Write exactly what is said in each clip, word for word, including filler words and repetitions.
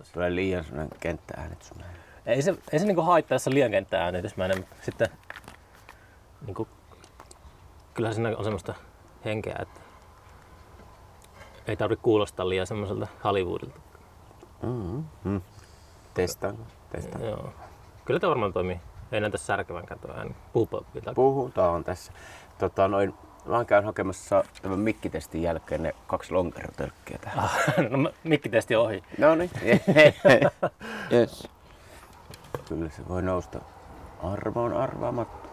tossa. Tulee liian sellainen kenttääänitys. Ei se, ei se niinku haittaa, jos on liian kenttääänitysmäinen, mutta sitten niinku, kyllähän siinä on semmoista henkeä, että ei tarvitse kuulostaa liian semmoiselta Hollywoodilta. Mm-hmm. Testaanko? Testaanko? Joo. Kyllä tämä varmaan toimii. Ei näytä särkevänkään tuo ääni. Puhutaan. Puhutaan tässä. Tota, noin, mä oon käynyt hakemassa tämän mikkitestin jälkeen ne kaksi lonkerotölkkiä tähän. Ah, no mikkitesti ohi. No niin. Yes. Kyllä se voi nousta arvoon arvaamatta.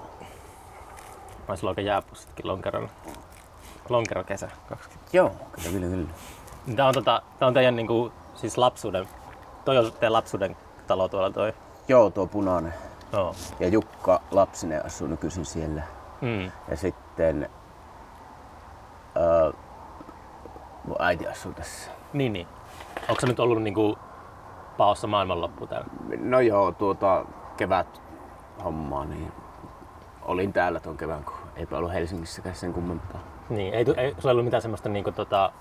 Vai sulla oikein jääpussitkin lonkerolla? Lonkerokesä kaksikymmentä. Joo, kyllä, kyllä, kyllä. Tää on, tota, tää on teidän niinku, siis lapsuuden, toi on teidän lapsuuden talo tuolla toi. Joo, tuo punainen. No. Ja Jukka lapsinen asuu nykyisin siellä. Mm. Ja sitten äh, mun äiti asuu tässä. Niin, niin. Onko sä nyt ollut niinku paossa maailmanloppu täällä? No joo, tuota kevät hommaa, niin olin täällä tuon kevään, kun eipä ollut Helsingissäkään sen kummempaa. Niin, ei, ei sulla ollut mitään semmoista niinku tota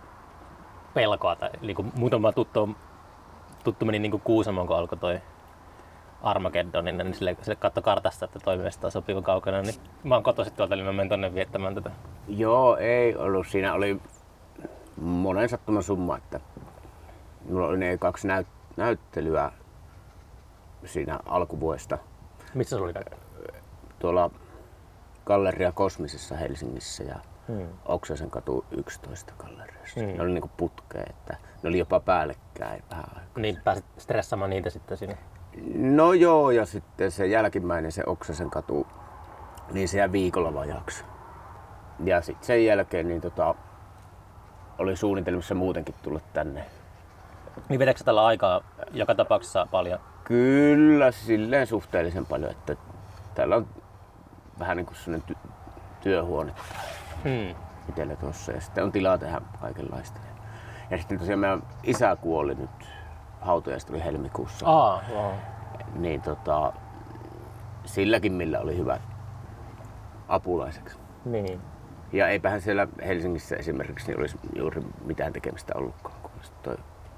pelkoa tai niinku muutama tuttu, tuttu meni niinku Kuusamoon, kun alkoi toi Armageddonin, niin sille, sille katso kartasta, että toi mestaa sopivan kaukana, niin mä oon kotoisin tuolta, niin mä menen tonne viettämään tätä. Joo, ei ollut. Siinä oli monen sattuman summa, että mulla oli ne kaksi näyt- näyttelyä siinä alkuvuodesta. Missä sulla oli kaikkea? Tuolla Galleria Kosmisessa Helsingissä ja Hmm. Oksasen katu yksitoista galleriassa. Hmm. Ne oli niinku putkea, että ne oli jopa päällekkäin vähän aikaa. Niin pääsit stressaamaan niitä sitten sinne. No joo, ja sitten se jälkimmäinen, se Oksasen katu, niin se jäi viikolla vajaaksi. Ja sitten sen jälkeen niin tota, oli suunnitelmissa muutenkin tulla tänne. Niin vedätkö tällä aikaa joka tapauksessa paljon? Kyllä, silleen suhteellisen paljon, että täällä on vähän niin kuin sellainen ty- työhuone Hmm. itsellä tuossa ja sitten on tilaa tehdä kaikenlaista. Ja sitten tosiaan meidän isä kuoli nyt, hautajaista oli helmikuussa. Aa, wow. Niin tota, silläkin millä oli hyvät apulaiseksi. Niin. Ja eipähän siellä Helsingissä esimerkiksi niin olisi juuri mitään tekemistä ollutkaan, kun toi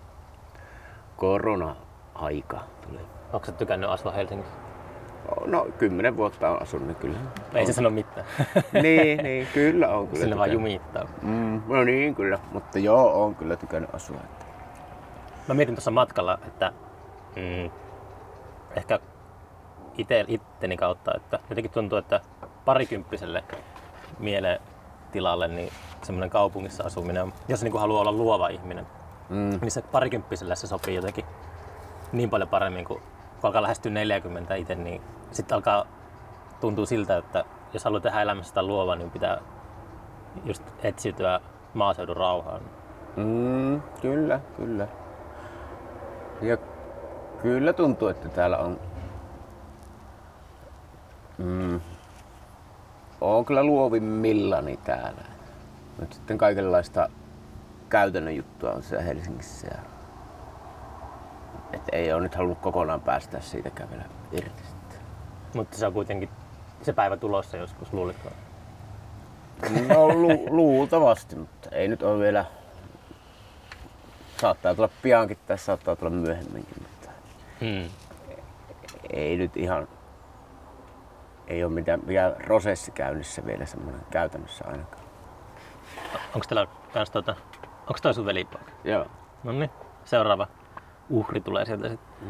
korona-aika tuli. Onko sä tykännyt asua Helsingissä? No kymmenen vuotta on asunut, niin kyllä. Ei on. se sano mitään. Niin, niin, kyllä on kyllä. Sinne vaan tykännyt. jumittaa. Mm, no niin, kyllä. Mutta joo, on kyllä tykännyt asua. Että. Mä mietin tuossa matkalla, että mm, ehkä ite, itteni kautta, että jotenkin tuntuu, että parikymppiselle mielentilalle niin semmoinen kaupungissa asuminen on, jos niin kuin haluaa olla luova ihminen, Mm. niin se parikymppiselle se sopii jotenkin niin paljon paremmin, kun kun alkaa lähestyä neljäkymmentä itse, niin sitten alkaa tuntua siltä, että jos haluaa tehdä elämästä luovaa, niin pitää just etsiytyä maaseudun rauhaan. Mm, kyllä, kyllä. Ja kyllä tuntuu, että täällä on... Mm, on kyllä luovimmillani täällä. Nyt sitten kaikenlaista käytännön juttua on siellä Helsingissä. Ja... Et ei ole nyt halunnut kokonaan päästä siitä kävellä irti sitten. Mutta se on kuitenkin se päivä tulossa joskus, luulitko? No lu- luultavasti, mutta ei nyt ole vielä... Saattaa tulla piankin tai saattaa tulla myöhemminkin, mutta Hmm. ei nyt ihan... Ei ole mitään, mikään prosessi käynnissä vielä semmoinen käytännössä ainakaan. Onko teillä kans tota... Onko toi sun velipoika? Joo. Noniin, seuraava uhri tulee sieltä sitten.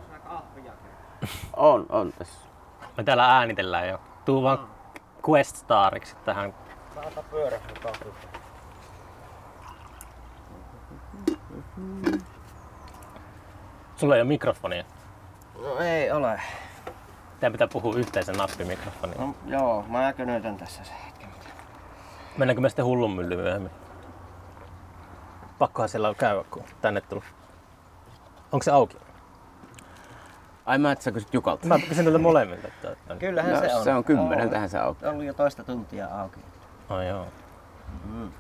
On, on tässä. Me täällä äänitellään jo. Tuu vaan Quest Stariksi tähän. Saata pyörässä kahvia. Sulla ei ole mikrofonia. No ei ole. Tää pitää puhua yhteisen nappimikrofoniin. No joo, mä könötän tässä se hetken. Mennäänkö me sitten hullun mylly myöhemmin? Pakkohan siellä on käydä, kun tänne tullut. Onko se auki? Ai mä et sä kysyt Jukalta. Mä kysyn teiltä molemmilta. Että... Kyllähän No, se on. se on kymmeneltähän se auki. On ollut jo toista tuntia auki. Ai joo. Mm.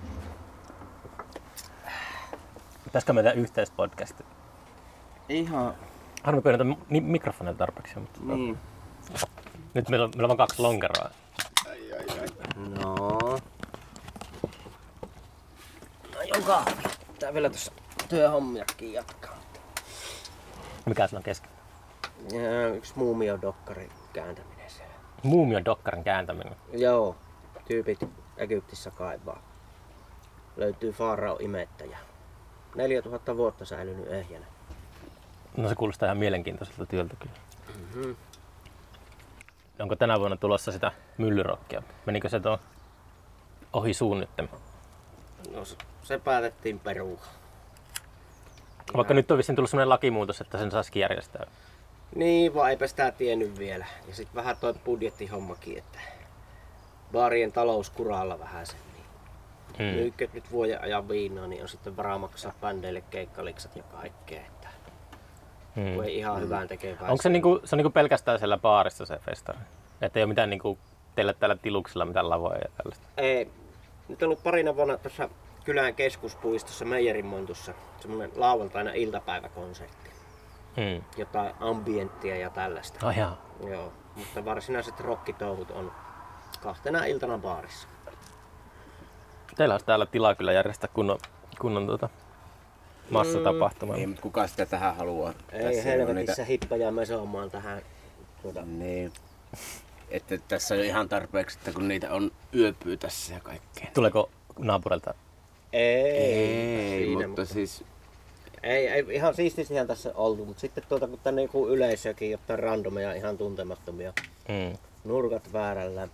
Pitäisikö meitä yhteispodcasti? Ihan Harmi kun ei näitä mi- mikrofoneja tarpeeksi. Mutta niin. nyt meillä on, meillä on vaan kaksi lonkeroa. No. No joka. Tää vielä tuossa työhommiakin jatkaa. Mikä sulla on kesken? Ja yksi muumiodokkarin kääntäminen siellä. Muumiodokkarin kääntäminen. Joo, tyypit Egyptissä kaivaa. Löytyy Faarao imettäjä. neljätuhatta vuotta säilynyt ehjänä. No se kuulostaa ihan mielenkiintoiselta työltä kyllä. Mm-hmm. Onko tänä vuonna tulossa sitä myllyrokkia? Menikö se tuon ohi suun nyt? No se päätettiin perua. Vaikka nyt on vissiin tullut sellainen lakimuutos, että sen saisikin järjestää. Niin, vaan eipä sitä tiennyt vielä. Ja sit vähän toi budjettihommakin, että baarien talous kuralla vähän sen. Niin. Hmm. Nyykköt nyt vuoden ajan viinaa, niin on sitten varaa maksaa bändeille keikkaliksat ja kaikkea. Että Hmm. kun ei ihan hyvään tekevää. Onko se, niinku, se on niinku pelkästään siellä baarissa se festari? Että ei ole mitään niinku teillä täällä tiluksella mitään lavoja ja tällaista? Ei. Nyt on ollut parina vuonna tuossa kylän keskuspuistossa Meijerinmontussa semmonen lauantaina iltapäiväkonsertti. Hmm. Jotain ambienttia ja tällaista. Oh, jaa. Joo, mutta varsinaiset rockitouhut on kahtena iltana baarissa. Teillä olisi täällä tilaa kyllä järjestää kunnon, kunnon tuota massatapahtuma. Ei, mutta kuka sitä tähän haluaa? Ei Tässä helvetissä niitä... hippoja mesomaan tähän. Tuota. Niin. Että tässä on ihan tarpeeksi, että kun niitä on yöpyy tässä ja kaikkea. Tuleeko naapurilta? Ei, Ei, siinä, mutta siis... Ei, ei ihan siististihän tässä oltu, mutta sitten tuota, kun tänne joku yleisökin, jotain randomeja, ihan tuntemattomia. Mm. Nurkat väärällä.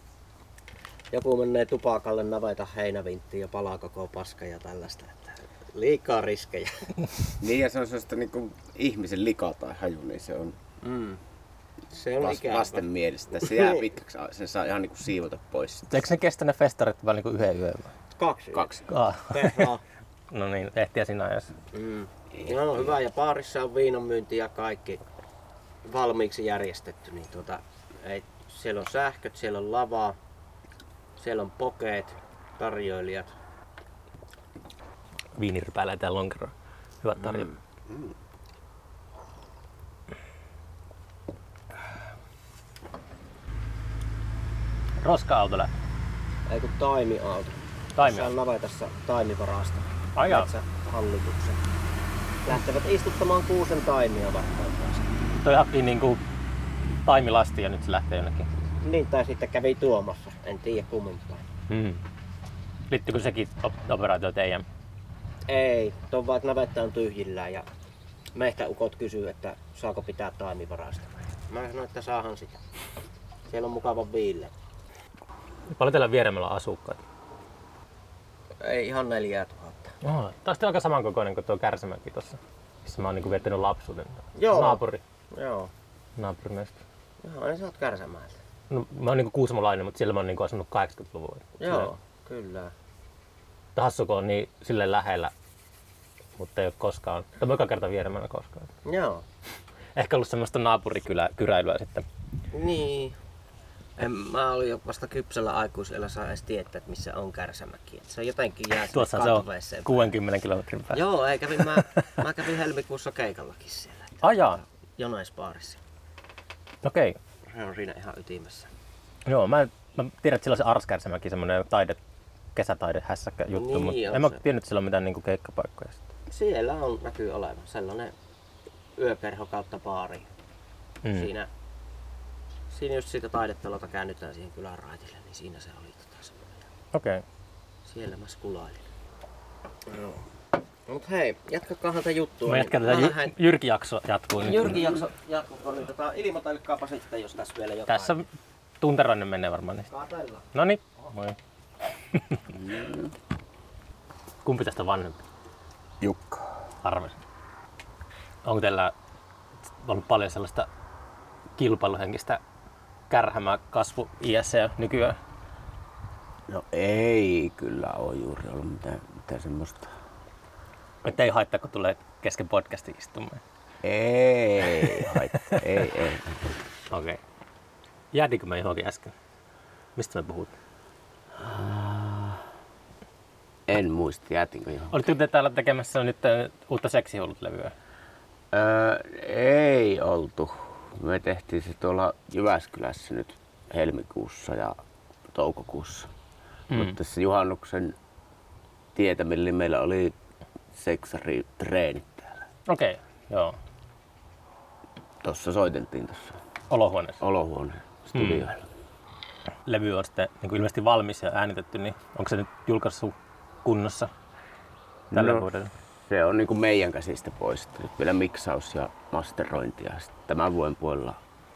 Joku menee tupakalle naveta heinävinttiin ja palaa koko paska ja tällaista. Että liikaa riskejä. Niin ja se on sellaista niinku ihmisen lika tai haju, niin se on Mm. Se on vas, ikävä. vastenmielistä. Se jää pitkäksi, sen saa ihan niinku siivota pois. Eikö ne kestä ne festarit vaan niinku yhden yön vai? Kaksi. Kaksi. Ah. Terhaa. No niin, ehtiä siinä ajassa. Mm. No hyvä, ja baarissa on viinanmyynti ja kaikki valmiiksi järjestetty. Niin tuota, ei, siellä on sähköt, siellä on lava, siellä on pokeet, tarjoilijat. Viinirypäleitä ja lonkeroa. Hyvät tarjot. Mm. Mm. Roska-auto lähti. Ei kun taimiauto. Taimi. Tässä on navetassa taimivarasto. Ai jaa. Metsähallituksen. Lähtevät istuttamaan kuusen taimia varmaan taas. Toi haki niinku taimilasti ja nyt se lähtee jonnekin. Niin, tai sitten kävi tuomassa. En tiedä kummempaa. Mm. Liittyykö sekin op- operaatio teidän? Ei, tuon vaan, että navetta on tyhjillään ja meistä ukot kysyy, että saako pitää taimivarasta. Mä sanoin, että saahan sitä. Siellä on mukava viille. Paljon teillä Vieremällä on asukkaita? Ei ihan neljää tuhatta. Oho, tää on aika samankokoinen kuin tuo Kärsämäki tossa, missä mä oon niinku viettänyt lapsuuden. Joo. Naapuri. Joo. Naapuri meistä. Joo, niin sä oot Kärsämäeltä. No, mä oon niinku kuusamolainen, mutta siellä mä oon niinku asunut kahdeksankymmentäluvulla. Joo, kyllä. Hassu, kun on niin silleen lähellä, mutta ei oo koskaan. Tämä on eka kerta Vieremällä koskaan. Joo. Ehkä ollut semmoista naapurikyräilyä sitten. Niin. En, mä olin jo vasta kypsällä aikuiselässä edes tietää, että missä on Kärsämäki. Et se on jotenkin jää sinne Tuossa se on katveeseen. kuudenkymmenen kilometrin päässä. Joo, ei kävin, mä, mä kävin helmikuussa keikallakin siellä. Ajaa. Jonaisbaarissa. Okei. Se on siinä ihan ytimessä. Joo, mä, mä tiedän, että sillä on se Arskärsämäki, semmoinen taide, kesätaide hässäkkä juttu, Niin, mutta on en mä se. tiennyt, että sillä on mitään niinku keikkapaikkoja. Siellä on näkyy olevan sellainen yökerho kautta baari. Mm. Siinä, siinä just siitä taidetalolta käännytään siihen kylän raitille, niin siinä se oli tota semmoinen. Okei. Okay. Siellä mä skulailin. Joo. Mut hei, jatkakaahan tätä juttua. Mä jatkan tätä Jy- Jyrki-jakso jatkuu nyt. Jyrki jakso jatkuu, niin tota, ilmoitelkaapa sitten, jos tässä vielä jotain. Tässä tunteroinen menee varmaan niistä. Kaatellaan. Noniin, moi. Kumpi tästä on vanhempi? Jukka. Arvasin. Onko teillä ollut paljon sellaista kilpailuhenkistä kärhämää kasvu iässä nykyään? No ei kyllä ole juuri ollut mitään, mitään semmoista. Että ei haittaa, kun tulee kesken podcastin istumaan. Ei haittaa, ei, ei. Okei. Okay. Jäätiinkö mä johonkin äsken? Mistä me puhut? En muista, jäätinkö johon. Olitteko te täällä tekemässä nyt uutta seksihullut-levyä? Öö, ei oltu. Me tehtiin se tuolla Jyväskylässä nyt helmikuussa ja toukokuussa. Mm. Mutta tässä juhannuksen tietämillä meillä oli seksari treenit täällä. Okei, okay, joo. Tossa soiteltiin tossa Olohuoneessa. olohuoneen studioilla. Mm. Levy on sitten niin kuin ilmeisesti valmis ja äänitetty, niin onko se nyt julkaissut kunnossa tällä No, vuodella? se on niinku meidän käsistä pois. Nyt vielä miksaus ja masterointi ja sitten tämän vuoden puolella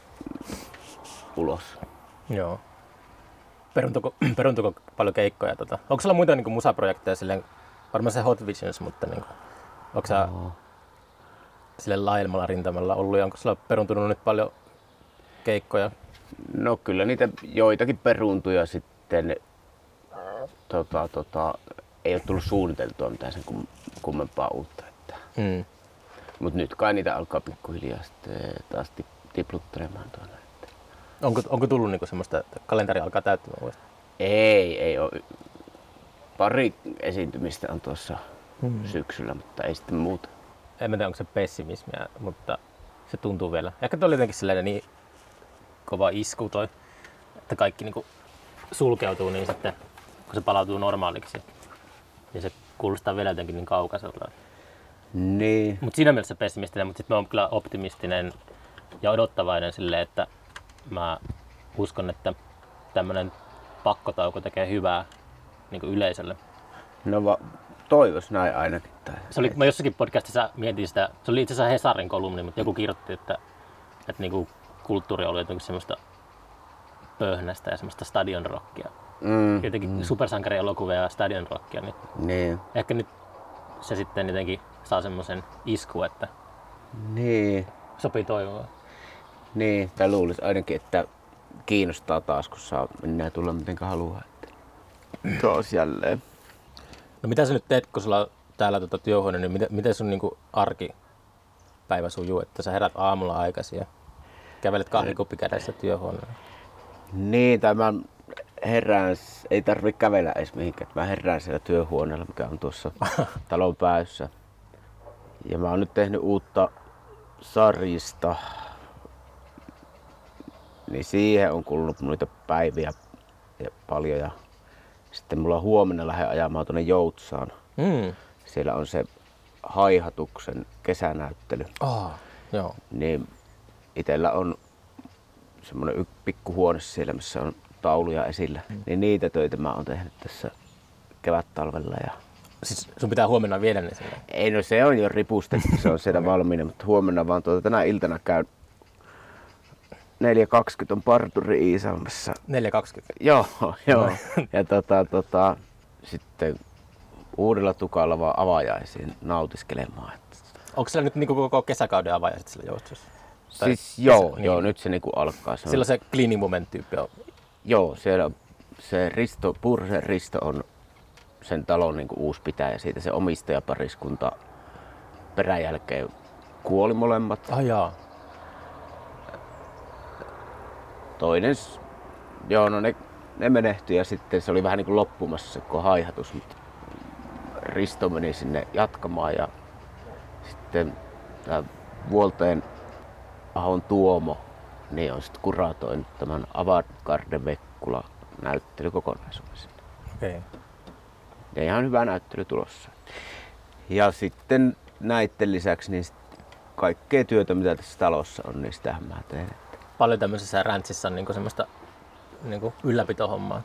ulos. Joo. Peruntuko, peruntuko paljon keikkoja? Tota? Onko sulla muita niin kuin musaprojekteja silleen, varmaan se Hot Visions, mutta niin kuin, onko sä No. sille laajemmalla rintamalla ollut ja onko sulla peruntunut nyt paljon keikkoja? No kyllä niitä joitakin peruuntuja sitten tota, tota, ei ole tullut suunniteltua mitään sen kum, kummempaa uutta. Että. Mm. Mut nyt kai niitä alkaa pikkuhiljaa sitten taas tip, tipluttelemaan tuonne. Että. Onko, onko tullut niinku semmoista, että kalenteri alkaa täyttymään uudestaan? Ei, ei ole. Pari esiintymistä on tuossa Mm. syksyllä, mutta ei sitten muuta. En mä tiedä, onko se pessimismiä, mutta se tuntuu vielä. Ehkä toi oli jotenkin sellainen niin kova isku toi, että kaikki niinku sulkeutuu, niin sitten kun se palautuu normaaliksi, niin se kuulostaa vielä jotenkin niin kaukaiselta. Niin. Mutta siinä mielessä pessimistinen, mutta sitten mä oon kyllä optimistinen ja odottavainen silleen, että mä uskon, että tämmönen pakkotauko tekee hyvää niin kuin yleisölle. No va, toivois näin ainakin. Tai. Se oli, mä jossakin podcastissa mietin sitä, se oli itse asiassa Hesarin kolumni, mutta joku kirjoitti, että, että niin kuin kulttuuri oli jotenkin semmoista pöhnästä ja semmoista stadionrockia. Mm, Jotenkin mm. supersankarielokuvia ja stadionrockia, niin Niin. ehkä nyt se sitten jotenkin saa semmoisen isku, että Niin. sopii toivoa. Niin. Tai luulis ainakin, että kiinnostaa taas, kun saa mennä tulla mitenkä haluaa. Että. Taas jälleen. No mitä sä nyt teet, kun sulla on täällä tota työhuone, niin miten, miten sun niinku arkipäivä sujuu, että sä herät aamulla aikaisin ja kävelet kahvikuppi kädessä työhuoneella? Niin, tai mä herään, ei tarvitse kävellä edes mihinkään. Mä herään siellä työhuoneella, mikä on tuossa talon päässä. Ja mä oon nyt tehnyt uutta sarjista. Niin siihen on kulunut noita päiviä ja paljon. Ja sitten mulla huomenna lähden ajamaan tuonne Joutsaan. Mm. Siellä on se Haihatuksen kesänäyttely. Oh, joo. Niin itellä on semmoinen y- pikkuhuone siellä, missä on tauluja esillä. Mm. Niin niitä töitä mä oon tehnyt tässä kevät-talvella. Ja Siis sun pitää huomenna viedä ne sinne. ei, no se on jo ripustettu, se on siellä valmiina, mutta huomenna vaan tuota, tänä iltana käyn neljä kaksikymmentä on parturi Iisalmessa. neljä kaksikymmentä. Joo, joo. Ja tota, tota, sitten uudella tukalla vaan avajaisiin nautiskelemaan. Onko siellä nyt niinku koko kesäkauden avajaiset siellä Joutsussa? Tai Siis joo, kesä- joo, niin. nyt se niinku alkaa. Se on, Silloin se cleaning moment tyyppi on. Joo, siellä on se Risto, Pursen Risto on sen talon niinku uusi pitäjä. Siitä se omistajapariskunta peräjälkeen kuoli molemmat. Ah jaa. Toinen, s- joo, no ne, ne menehtyi ja sitten se oli vähän niin kuin loppumassa se koko haihatus, mutta Risto meni sinne jatkamaan ja sitten tämä Vuolteen Ahon Tuomo niin on sitten kuratoinut tämän Avantgarde Vekkula näyttelykokonaisuuden. Okei. Okay. Ja ihan hyvä näyttely tulossa. Ja sitten näiden lisäksi niin sit kaikkea työtä mitä tässä talossa on, niin sitähän mä teen. Paljon tämmöisessä räntsissä on niinku semmoista niinku ylläpitohommaa.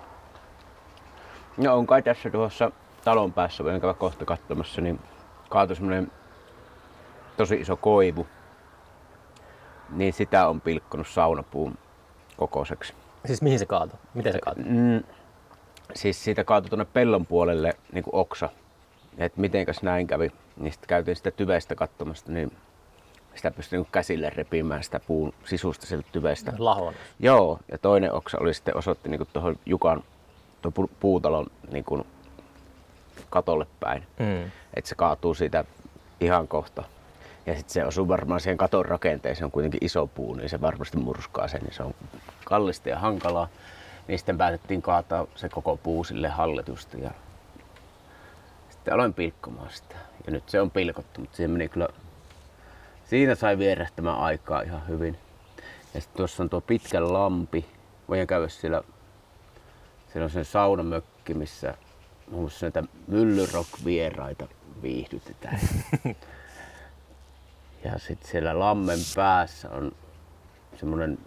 No on kai tässä tuossa talon päässä, voin käydä kohta katsomassa, niin kaatui semmonen tosi iso koivu. Niin sitä on pilkkonut saunapuun kokoiseksi. Siis mihin se kaatui? Miten se kaatui? Mm, siis siitä kaatui tuonne pellon puolelle niin kuin oksa. Että mitenkäs näin kävi. Niin sitten käytiin sitä tyvestä katsomasta, niin sitä pystyi niin käsille repimään sitä puun sisusta sieltä tyvestä. Lahon. Joo, ja toinen oksa oli sitten osoitti niin tuohon Jukan tuon pu- puutalon niin kuin katolle päin. Mm. Että se kaatuu siitä ihan kohta. Ja sitten se osuu varmaan siihen katon rakenteeseen, se on kuitenkin iso puu, niin se varmasti murskaa sen, niin se on kallista ja hankalaa. Niin sitten päätettiin kaataa se koko puu sille hallitusti ja sitten aloin pilkkomaan sitä. Ja nyt se on pilkottu, mutta siihen meni kyllä, siinä sai vierähtämään aikaa ihan hyvin. Ja sitten tuossa on tuo pitkä lampi, voin käydä siellä, siellä on sen saunamökki, missä muun muassa näitä myllyrock-vieraita viihdytetään. Ja sitten siellä lammen päässä on semmonen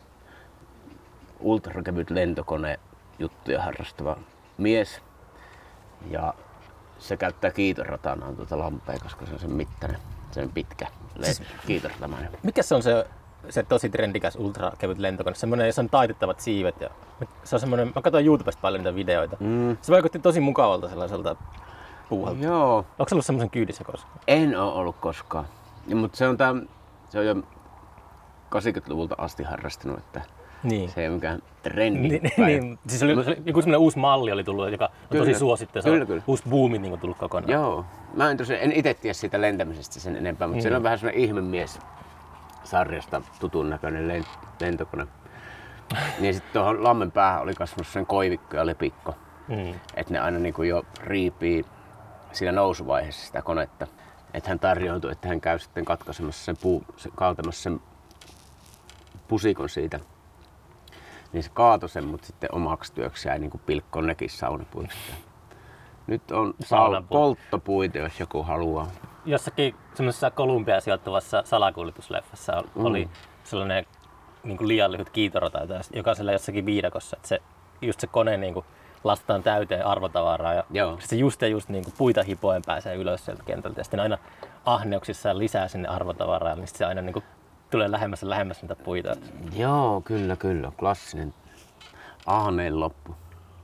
ultrakevyt lentokone juttuja harrastava mies. Ja se käyttää kiitoratanaan tuota lampea, koska se on sen mittainen, sen pitkä Siis- kiitoratamainen. Mikä se on se, se tosi trendikäs ultrakevyt lentokone? Semmoinen, jossa on taitettavat siivet. Ja se on semmoinen, mä katsoin YouTubesta paljon niitä videoita. Mm. Se vaikutti tosi mukavalta sellaiselta puuhalta. Joo, Onko se ollut semmoisen kyydissä koskaan? en oo ollut koskaan. Ja, mutta se on, tää, se on jo kahdeksankymmentäluvulta asti harrastanut, että Niin. se ei ole mikään trendi. Niin, niin, siis oli, oli, joku semmoinen uusi malli oli tullut, joka on Kyllä. tosi suosittu. Se Kyllä, on kyllä. uusi buumi niin tullut kokonaan. Joo, mä en, tosiaan, en itse tiedä siitä lentämisestä sen enempää, mutta Mm. siellä on vähän semmoinen ihmemies sarjasta tutun näköinen len- lentokone. Niin sitten tuohon lammen päähän oli kasvanut sen koivikko ja lepikko. Mm. Että ne aina niinku jo riipii siinä nousuvaiheessa sitä konetta. Että hän tarjoutui, että hän käy sitten katkaisemassa sen puu, se, kaatamassa sen pusikon siitä. Niin se kaatoi sen, mutta sitten omaksi työksi jäi niinku pilkkoon nekin saunapuiksi. Nyt on saun- Saunapuut. polttopuita, jos joku haluaa. Jossakin semmoisessa Kolumbiaan sijoittuvassa salakuljetusleffassa ol- Mm. oli sellainen niin kuin liian lyhyt kiitorata, joka on siellä jossakin viidakossa. Että se, just se kone niin kuin lastataan täyteen arvotavaraa ja Joo. sit se just ja just niin kuin puita hipoen pääsee ylös sieltä kentältä. Ja sitten aina ahneuksissaan lisää sinne arvotavaraa, niin sit se aina niin kuin tulee lähemmäs ja lähemmäs niitä puita. Joo, kyllä, kyllä. Klassinen ahneen loppu.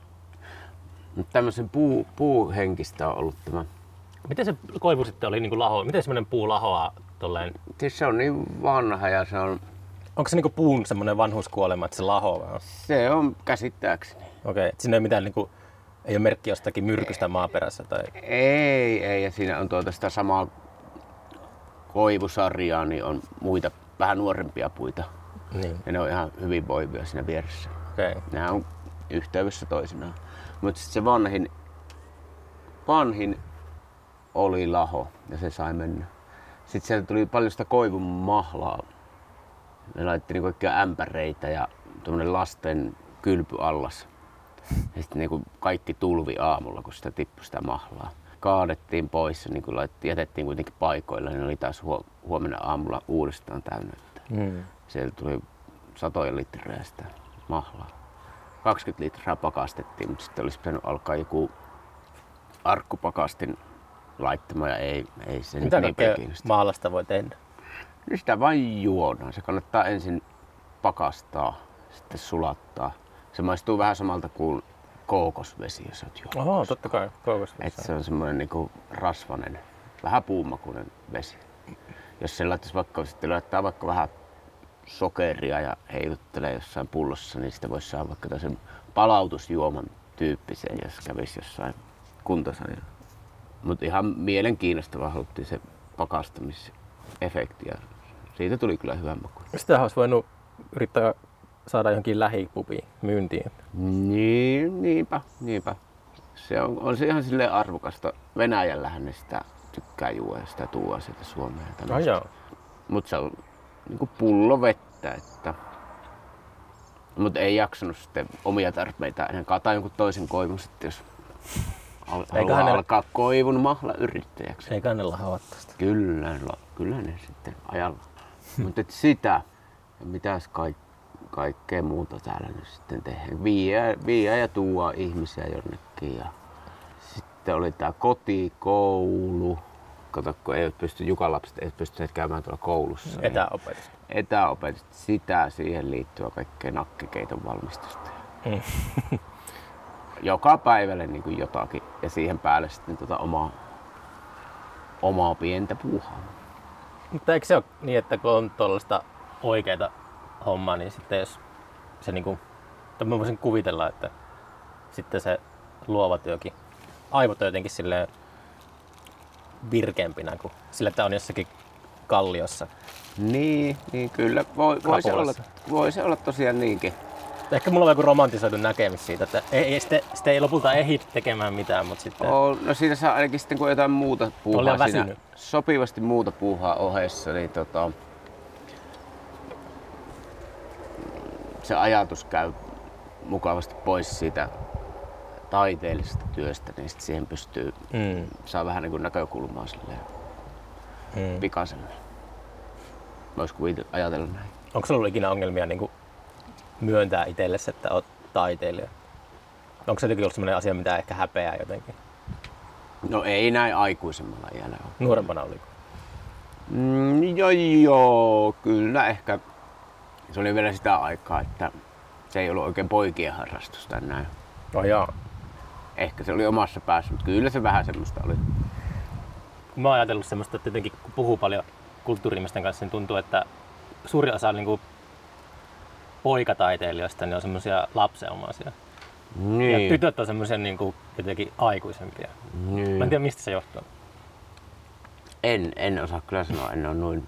Mutta tämmöisen puu, puuhenkistä on ollut tämä. Miten se koivu sitten oli niin kuin laho? Miten semmoinen puu lahoaa tolleen? Siis se on niin vanha ja se on, Onko se niin kuin puun semmoinen vanhuuskuolema, että se lahoaa? vai? se on käsittääkseni. Okei, että siinä ei ole mitään, niin kuin, ei ole merkki jostakin myrkystä maaperässä tai... Ei, ei. Ja siinä on tuota sitä samaa koivusarjaa, niin on muita vähän nuorempia puita. Niin, Ja ne on ihan hyvinvoivia siinä vieressä. okei. Nehän on yhteydessä toisinaan. Mutta sitten se vanhin, vanhin oli laho ja se sai mennä. Sitten sieltä tuli paljon sitä koivun mahlaa. Ne laitettiin niinku kaikkia ämpäreitä ja tuommoinen lasten kylpyallas. Ja sitten niinku kaikki tulvi aamulla, kun sitä tippui sitä mahlaa. Kaadettiin pois ja niinku laitettiin, jätettiin kuitenkin paikoilla, niin ne oli taas huo, huomenna aamulla uudestaan täynnä. Mm. Sieltä tuli satoja litraa sitä mahlaa. kaksikymmentä litraa pakastettiin, mutta sitten olisi pitänyt alkaa joku arkkupakastin laittama ja ei, ei se Mitä nyt niin kaikkea kiinnosta. maalasta voi tehdä? Niin sitä vain juodaan. Se kannattaa ensin pakastaa, sitten sulattaa. Se maistuu vähän samalta kuin kookosvesi, jos olet juonut. Oho, totta kai. Et se on semmoinen niinku rasvanen, vähän puumakuinen vesi. Jos se laittaisi vaikka, sitten laittaa vaikka vähän sokeria ja heiluttelee jossain pullossa, niin sitä voisi saada vaikka tämmöisen palautusjuoman tyyppisen, jos kävisi jossain kuntosalilla. Mutta ihan mielenkiinnostavaa haluttiin se pakastamisefekti ja siitä tuli kyllä hyvä maku. Sitä olisi voinut yrittää saada johonkin lähipubiin myyntiin. Niin, niinpä, niinpä. Se on, on se ihan silleen arvokasta. Venäjällähän ne sitä tykkää juoda ja sitä tuo sieltä Suomeen. No joo. Mutta se on niinku pullovettä, että... Mutta ei jaksanut sitten omia tarpeita enää kaataa jonkun toisen koivun sitten, jos al- haluaa hänellä- alkaa koivun mahla yrittäjäksi. Ei kannella havat tästä. Kyllä, no, kyllä ne sitten ajalla. Mutta sitä, ja mitäs kaik, kaikkea muuta täällä nyt sitten tehdään. Viiä, viiä ja tuua ihmisiä jonnekin. Ja sitten oli tää kotikoulu. Kato, kun ei pysty, Jukan lapset ei pystyneet käymään tuolla koulussa. Etäopetus. Etäopetusta, sitä siihen liittyy kaikkea nakkikeiton valmistusta. Mm. Joka päivälle niin kuin jotakin ja siihen päälle sitten tota omaa, omaa pientä puuhaa. Mutta eikö se ole niin, että kun on tuollaista oikeita hommaa, niin sitten jos se niinku, tai mä voisin kuvitella, että sitten se luova työkin, aivot on jotenkin silleen virkeämpinä kuin sillä, että on jossakin kalliossa. Niin, niin kyllä. Voi, voi, se olla, Krapulassa. voi se olla tosiaan niinkin. Ehkä mulla on joku romantisoitu näkemys siitä, että ei, ei, sitten, sitten ei lopulta ehdi tekemään mitään, mutta sitten... Oh, no siinä saa ainakin sitten kun jotain muuta Oli puuhaa ihan siinä, väsynyt. sopivasti muuta puuhaa ohessa, niin tota, se ajatus käy mukavasti pois siitä taiteellisesta työstä, niin sit siihen pystyy, Mm. saa vähän niin kuin näkökulmaa silleen Mm. pikaiselle. Vois kuvitella ajatella näin. Onko sulla ollut ikinä ongelmia niin kuin myöntää itsellesi, että oot taiteilija? Onko se jotenkin ollut sellainen asia, mitä ehkä häpeää jotenkin? No ei näin aikuisemmalla iällä ole. Nuorempana oliko? Mm, joo, joo, kyllä ehkä. Se oli vielä sitä aikaa, että se ei ollut oikein poikien harrastusta näin. Oh jaa. Ehkä se oli omassa päässä, mutta kyllä se vähän semmoista oli. Mä oon ajatellut semmoista, että jotenkin kun puhuu paljon kulttuuri-ihmisten kanssa, niin tuntuu, että suuri osa niin kuin poikataiteilijoista niin on semmoisia lapsenomaisia. Niin. Ja tytöt on semmoisia niin kuin jotenkin aikuisempia. Niin. Mä en tiedä, mistä se johtuu. En, en osaa kyllä sanoa, en ole noin.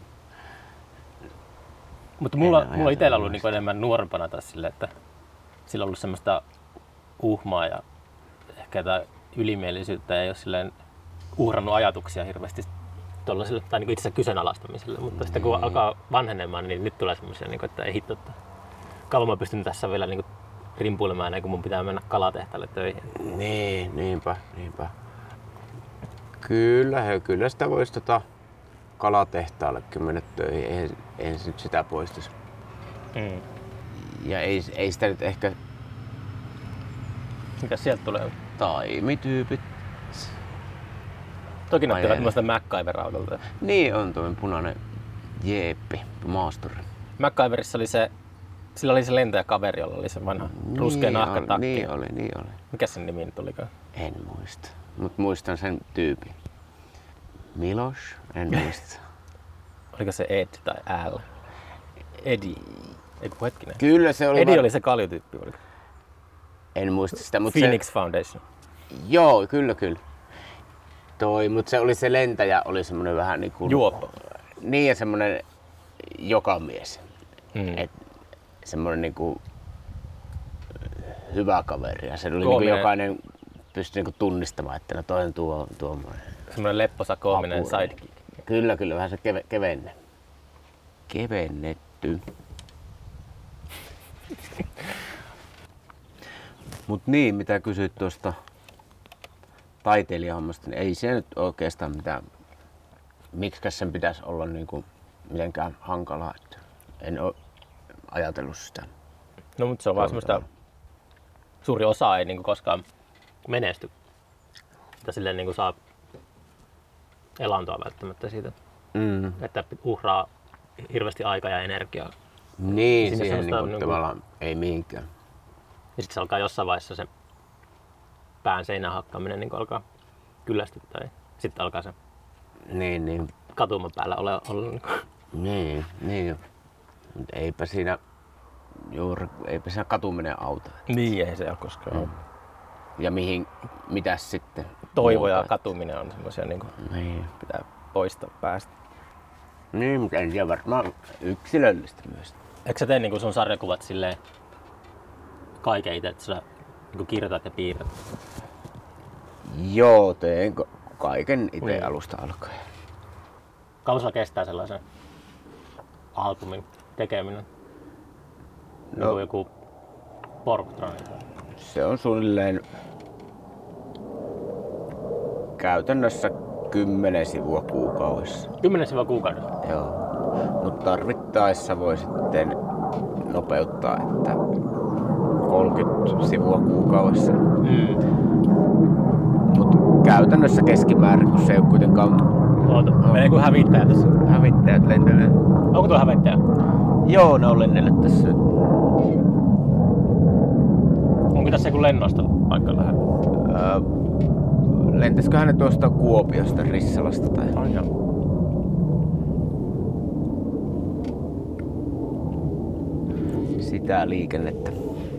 Mutta mulla, En mulla itsellä ajatellut ollut niin enemmän nuorempana taas silleen, että sillä on ollut semmoista uhmaa ja ehkä jotain ylimielisyyttä ja ei ole silleen uhrannut ajatuksia hirveästi tollasille, tai niin itse kyseenalaistamiselle. Mutta sitten kun alkaa vanhenemaan, niin nyt tulee semmoisia, niin että ei hitto, että kauan mä pystyn tässä vielä niin rimpuilemaan ennen kuin mun pitää mennä kalatehtaalle töihin. Niin, niinpä, niinpä. Kyllä, he, kyllä sitä voisi tota kalatehtaallekin mennä töihin, eihän, eihän se nyt sitä poistaisi. Mm. Ja ei, ei sitä nyt ehkä Mikä sieltä tulee? taimityypit. Toki näyttää Vai tämmöistä MacGyver-autolta. Niin on tuo punainen jeeppi, maasturi. MacGyverissa oli se, sillä oli se lentäjäkaveri, jolla oli se vanha ruskea niin nahkatakki. oli, niin oli, niin oli. Mikä sen nimi nyt olikaan? En muista, mutta muistan sen tyypin. Milos? En muista. Oliko se Ed tai L? Edi. Eiku hetkinen. Kyllä se oli. Edi var- oli se kaljutyyppi. Oliko? En muista sitä, mutta Phoenix se... Foundation. Joo, kyllä, kyllä. Toi, mutta se oli se lentäjä, oli semmoinen vähän niinku... Juoppo. Niin ja semmoinen jokamies. Mm. Et semmoinen niinku hyvä kaveri ja se oli niinku Koominen. jokainen pystyi niinku tunnistamaan, että no toi on tuo tuommoinen. Semmoinen lepposa koominen Apuri. sidekick. Kyllä, kyllä, vähän se keve, kevenne. Kevennetty. Mut niin, mitä kysyit tuosta taiteilijahommasta, niin ei se nyt oikeastaan mitään, miksikäs sen pitäisi olla niinku mitenkään hankalaa, että en oo ajatellut sitä. No mutta se on vaan semmoista, suuri osa ei niinku koskaan menesty. Että silleen niinku saa elantoa välttämättä siitä, Mm. että uhraa hirveästi aikaa ja energiaa. Niin, Sinne siihen semmoista niinku niinku- tavallaan ei mihinkään. Ja sitten se alkaa jossain vaiheessa se pään seinään hakkaaminen niin alkaa kyllästyttää. Sitten alkaa se Niin, niin. katuman päällä olla, olla niin Niin, niin. Mut eipä siinä juuri, eipä siinä katuminen auta. Niin ei se ole koskaan. Mm. Ja mihin, mitäs sitten? Toivo ja muuta? katuminen on semmoisia niin kuin Niin. pitää poistaa päästä. Niin, mutta en tiedä, varmaan yksilöllistä myös. Eikö sä tee niin kuin sun sarjakuvat silleen kaiken itse, että sä niin kuin kirjoitat ja piirrät? Joo, teen ko- kaiken itse Niin. alusta alkaen. Kauan sulla kestää sellaisen albumin tekeminen? No. No. Niin joku Porktroni. Se on suunnilleen käytännössä kymmenen sivua kuukaudessa. Kymmenen sivua kuukaudessa. Joo. Mutta tarvittaessa voi sitten nopeuttaa, että kolmekymmentä sivua kuukaudessa. Mm. Mutta käytännössä keskimäärin, kun se ei ole kuitenkaan Oota, menee kuin hävittäjä tässä. hävittäjät lentelee. Onko tuo hävittäjä? Joo, ne on lennellyt tässä. Onko tässä joku lennosto vaikka lähellä? Öö, lentäisiköhän ne tuosta Kuopiosta, Rissalasta tai... On joo. Sitä liikennettä.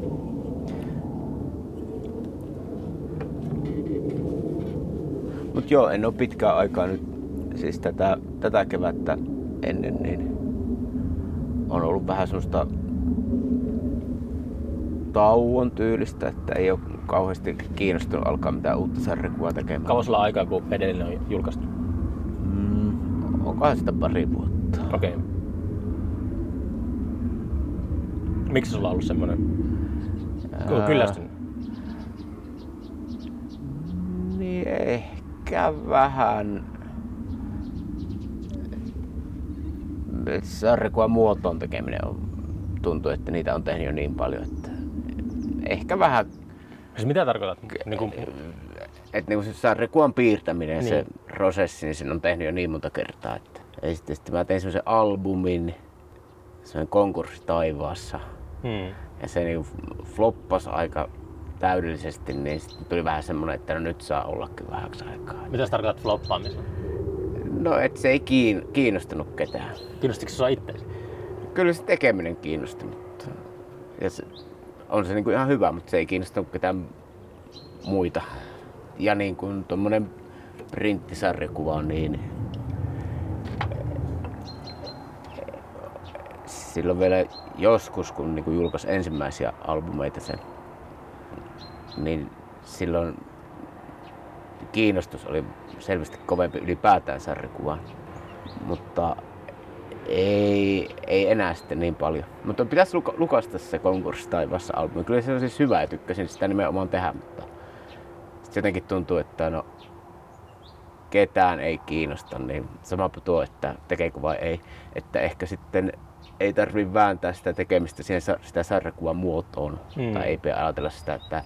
Mut joo, en oo pitkään aikaa nyt, siis tätä, tätä kevättä ennen, niin on ollut vähän semmoista tauon tyylistä, että ei oo kauheasti kiinnostunut alkaa mitään uutta sarjakuvaa tekemään. Kauan sulla on aikaa, kun edellinen on julkaistu? Mm, onkohan sitä pari vuotta? Okei. Okay. Miksi sulla on ollut semmonen? Ää... Kyllästynyt? Niin ehkä vähän. sarjakuvan muotoon tekeminen on, tuntuu, että niitä on tehnyt jo niin paljon, että ehkä vähän. Siis mitä tarkoitat? Niin kuin... Että niin se sarjakuvan piirtäminen, niin. se prosessi, niin sen on tehnyt jo niin monta kertaa. Että... Ja sitten, sitten mä tein semmoisen albumin, semmoinen Konkurssi taivaassa. Hmm. Ja se niin floppasi aika täydellisesti, niin sitten tuli vähän semmoinen, että no nyt saa ollakin vähäksi aikaa. Mitä sä tarkoitat floppaamisella? No, että se ei kiinnostanut ketään. Kiinnostiko se sua itseäsi? Kyllä se tekeminen kiinnosti, mutta ja se, on se niin kuin ihan hyvä, mutta se ei kiinnostanut ketään muita. Ja niin kuin tommonen printtisarjakuva, niin silloin vielä joskus, kun niin kuin julkaisi ensimmäisiä albumeita sen, niin silloin kiinnostus oli selvästi kovempi ylipäätään sarjakuvaan, mutta ei, ei enää sitten niin paljon. Mutta pitäisi luka, lukasta se Konkurssi taivaassa albumi. Kyllä se on siis hyvä ja tykkäsin sitä nimenomaan tehdä, mutta sitten jotenkin tuntuu, että no, ketään ei kiinnosta, niin samapa tuo, että tekeekö vai ei. Että ehkä sitten ei tarvitse vääntää sitä tekemistä siihen sitä sarjakuvan muotoon. Mm. Tai ei pidä ajatella sitä, että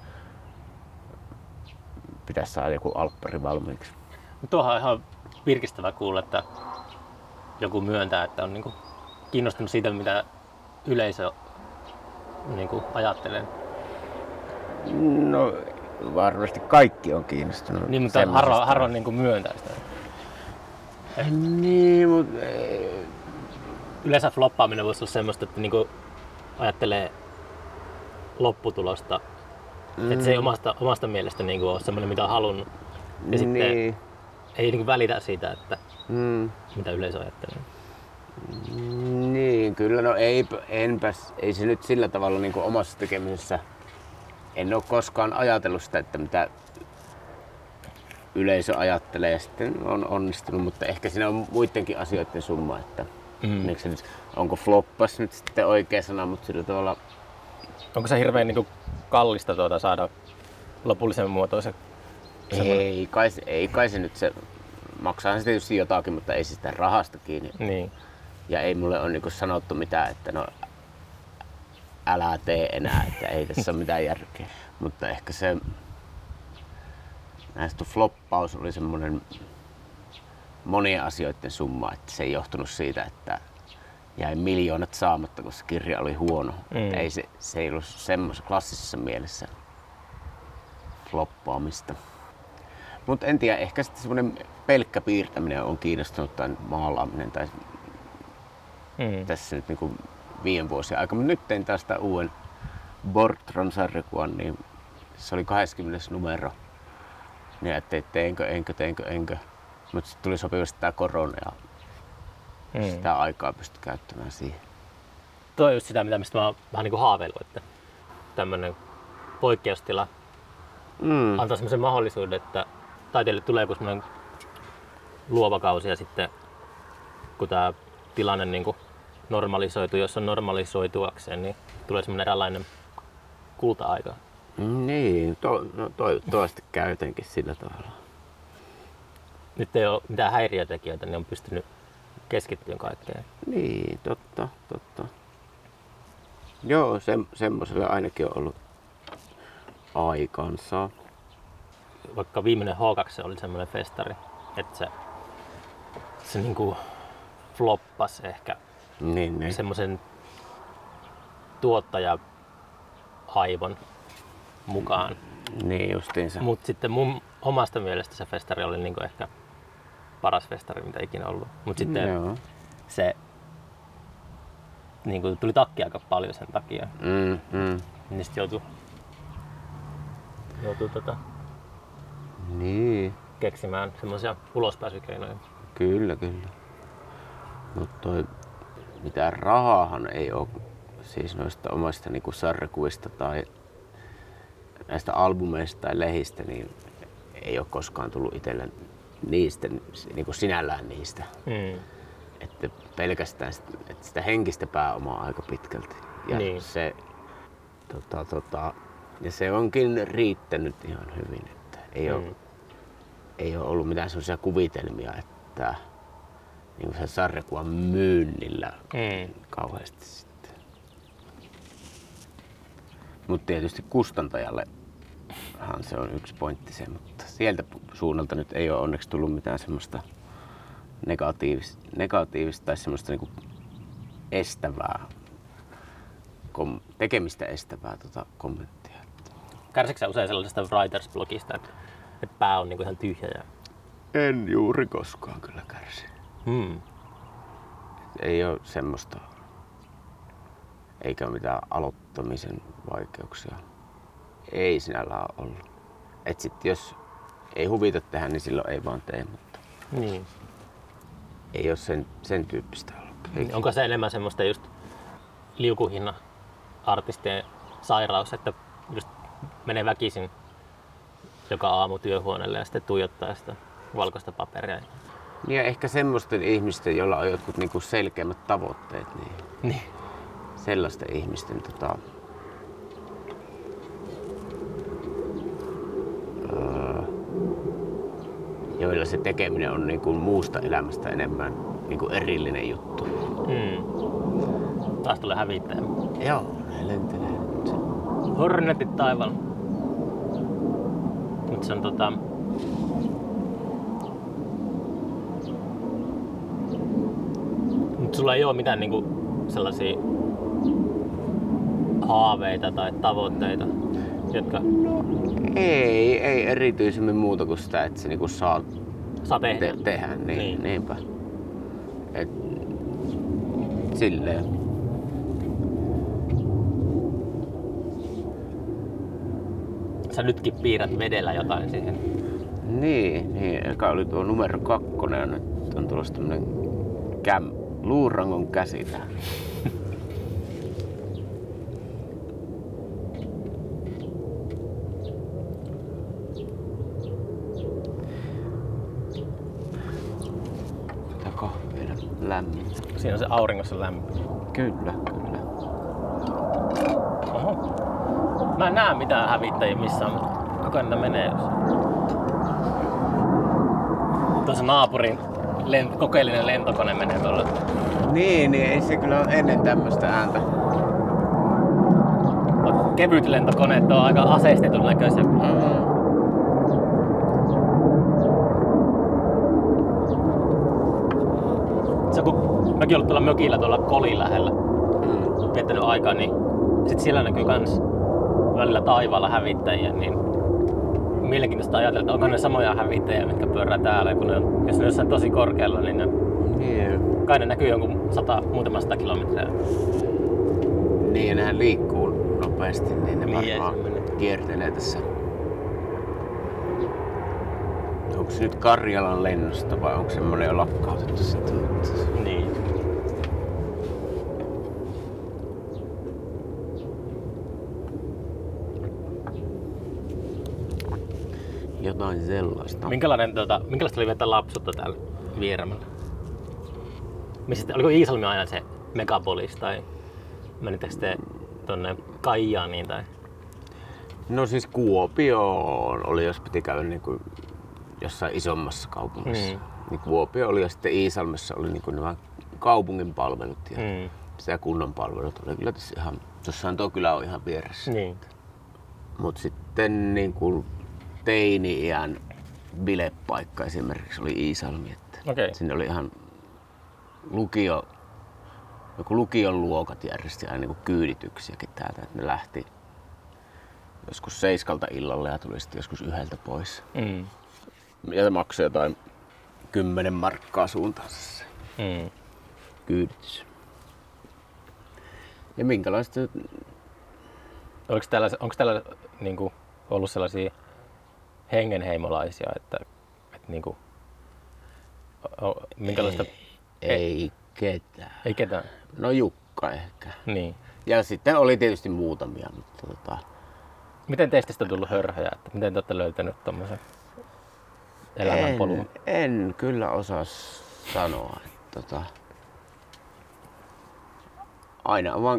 pitäisi saada joku alppari valmiiksi. Tuohan on ihan virkistävä kuulla, että joku myöntää, että on niinku kiinnostunut siitä, mitä yleisö niinku ajattelee. No varmasti kaikki on kiinnostunut. Niin, mutta harvoin harvo niinku myöntää sitä. Niin, mutta yleensä floppaaminen voisi olla semmoista, että niinku ajattelee lopputulosta. Mm. Että se ei omasta, omasta mielestä niinku ole semmoinen, mitä on halunnut. Ja niin. Sitten ei niinku välitä siitä, että mm. mitä yleisö ajattelee. Niin, kyllä. No ei, enpäs, ei se nyt sillä tavalla niin kuin omassa tekemisessä. En ole koskaan ajatellut sitä, että mitä yleisö ajattelee ja sitten on onnistunut, mutta ehkä siinä on muidenkin asioiden summa, että mm. miksi nyt, onko floppas nyt sitten oikea sana, mutta sillä tavalla. Onko se hirveän niin kuin kallista tuota saada lopullisen muotoisen? Ei kai, ei kai se nyt se, maksaa se tietysti jotakin, mutta ei sitä rahasta kiinni. Niin. Ja ei mulle ole niinku sanottu mitään, että no älä tee enää, että ei tässä ole mitään järkeä. Mutta ehkä se näistä floppaus oli semmoinen monien asioiden summa, että se ei johtunut siitä, että jäi miljoonat saamatta, koska kirja oli huono. Mm. Ei se, se ei ollut semmoisessa klassisessa mielessä floppaamista. Mutta en tiedä, ehkä sitten semmoinen pelkkä piirtäminen on kiinnostunut tai maalaaminen tai mm. tässä nyt niinku viime vuosien aikana. Mutta nyt tein taas sitä uuden Bortron-sarjakuvan, niin se oli kahdeskymmenes numero. Niin ajattelin, että teinkö, enkö, teinkö, enkö. Mutta sitten tuli sopivasti tää korona ja mm. sitä aikaa pystyi käyttämään siihen. Tuo on just sitä, mitä mistä mä oon vähän niinku haaveillut, että tämmönen poikkeustila mm. antaa semmoisen mahdollisuuden, että taiteille tulee joku semmoinen luova kausi ja sitten kun tää tilanne niinku normalisoituu, jos on normalisoituakseen, niin tulee semmoinen eräänlainen kulta-aika. Niin, to, no toivottavasti käy jotenkin sillä tavalla. Nyt ei ole mitään häiriötekijöitä, niin on pystynyt keskittymään kaikkeen. Niin, totta, totta. Joo, se, semmoiselle ainakin on ollut aikansa. Vaikka viimeinen H kaksi oli semmoinen festari, että se, se niinku floppasi ehkä niin, niin. semmoisen tuottaja-aivon mukaan. Niin justiinsa. Mut sitten mun omasta mielestä se festari oli niinku ehkä paras festari, mitä ikinä ollut. Mut sitten Joo. se niinku tuli takki aika paljon sen takia. Mm, mm. Niin sit joutui, joutui tota niin. keksimään semmoisia ulospääsykeinoja. Kyllä, kyllä. Mut toi mitään rahaahan ei oo siis noista omista niinku sarjakuvista tai näistä albumeista tai lehdistä, niin ei ole koskaan tullut itselle niistä, niin kuin sinällään niistä. Mm. Että pelkästään sitä, että sitä henkistä pääomaa aika pitkälti. Ja, niin. se, tota, tota, ja se onkin riittänyt ihan hyvin. Että ei, mm. ole, ei ole ollut mitään sellaisia kuvitelmia, että niin kuin sen sarjakuvan myynnillä Mm. kauheasti sitten. Mutta tietysti kustantajallehan se on yksi pointti se, mutta sieltä suunnalta nyt ei ole onneksi tullut mitään semmoista negatiivista, negatiivista tai semmoista niinku estävää, kom, tekemistä estävää tota kommenttia. Kärsitkö sä usein sellaisesta writers-blogista, että, että pää on niinku ihan tyhjä? Ja... En juuri koskaan kyllä kärsi. Hmm. Ei ole semmoista, eikä mitään aloittamisen vaikeuksia. Ei sinällään ollut. Et sit jos ei huvita tehdä, niin silloin ei vaan tee, mutta Niin. ei ole sen, sen tyyppistä ollut. Ei. Onko se enemmän semmoista just liukuhinna artistien sairaus, että just menee väkisin joka aamu työhuoneelle ja sitten tuijottaa sitä valkoista paperia? Ja ehkä semmoisten ihmisten, joilla on jotkut niinku selkeämmät tavoitteet, niin Niin. sellaisten ihmisten tota, öö, joilla se tekeminen on niinku muusta elämästä enemmän niinku erillinen juttu. Mm. Taas tulee hävittäjä. Joo, ne lentelee nyt. Hornetit taivaalla. Mut se on tota... Mut sulla ei oo mitään niinku sellaisia haaveita tai tavoitteita, jotka Ei, ei erityisemmin muuta kuin sitä, että se niinku saa saa tehdä. te- tehdä. Niin, Niin. niin. Niinpä. Et, silleen. Sä nytkin piirrät vedellä jotain siihen. Niin, niin. Eka oli tuo numero kakkonen ja nyt on tulossa tämmönen käm, luurangon käsi tähän. Tää kahvia lämmintä. Siinä on se auringossa lämpö. Kyllä, kyllä. Oho. Mä en näe mitään hävittäjiä missään, mutta koko ajan ne menee. Tuossa naapurin lent- kokeellinen lentokone menee tuolla. Niin, niin ei se kyllä ole ennen tämmöstä ääntä. Kevyt lentokoneet on aika aseistetun näköisiä. Mm. Se kun mäkin ollut tuolla mökillä tuolla Kolin lähellä Mm. viettänyt aikaa, niin sit siellä näkyy kans välillä taivaalla hävittäjiä, niin mielenkiintoista ajatella, että onko ne samoja hävittäjiä, mitkä pyörää täällä, kun ne on, jos ne on jossain tosi korkealla, niin ne, Niin. kai ne näkyy jonkun sata, muutama sata kilometriä. Niin, ja nehän liikkuu nopeasti, niin ne Niin, varmaan ei se mene. kiertelee tässä. Onko se nyt Karjalan lennosta vai onko semmonen jo lakkautettu sitten? Niin. Jotain sellaista. Minkälainen, tota, minkälaista oli viettää lapsuutta täällä Vieremällä? Missä, oliko Iisalmi aina se megapolis tai menittekö te tonne Kaijaaniin tai? No siis Kuopioon oli, jos piti käydä niin kuin jossain isommassa kaupungissa. Mm. Niin Kuopio oli ja sitten Iisalmessa oli niin kuin nämä kaupungin palvelut ja Mm. sitä kunnan palvelut oli kyllä tässä ihan, jossain tuo kylä on ihan vieressä. Niin. Mut sitten niin kuin teini-iän bilepaikka esimerkiksi oli Iisalmi, että Okei. sinne oli ihan lukio, joku lukion luokat järjesti aina niin kuin kyydityksiäkin täältä, että ne lähti joskus seiskalta illalle ja tuli sitten joskus yhdeltä pois. Mm. Ja maksoi jotain kymmenen markkaa suuntaansa se Mm. kyyditys. Ja minkälaista Oliko täällä, onko täällä niinku, ollut sellaisia hengenheimolaisia, että, että niinku, o, o, minkälaista... ei, ei ketään. Ei ketään. No Jukka ehkä. Niin. Ja sitten oli tietysti muutamia, mutta tota, Miten teistä on tullut hörhöjä? Että miten te olette löytänyt tommosen elämänpolun? en, en kyllä osaa sanoa. Että tota, aina on vaan,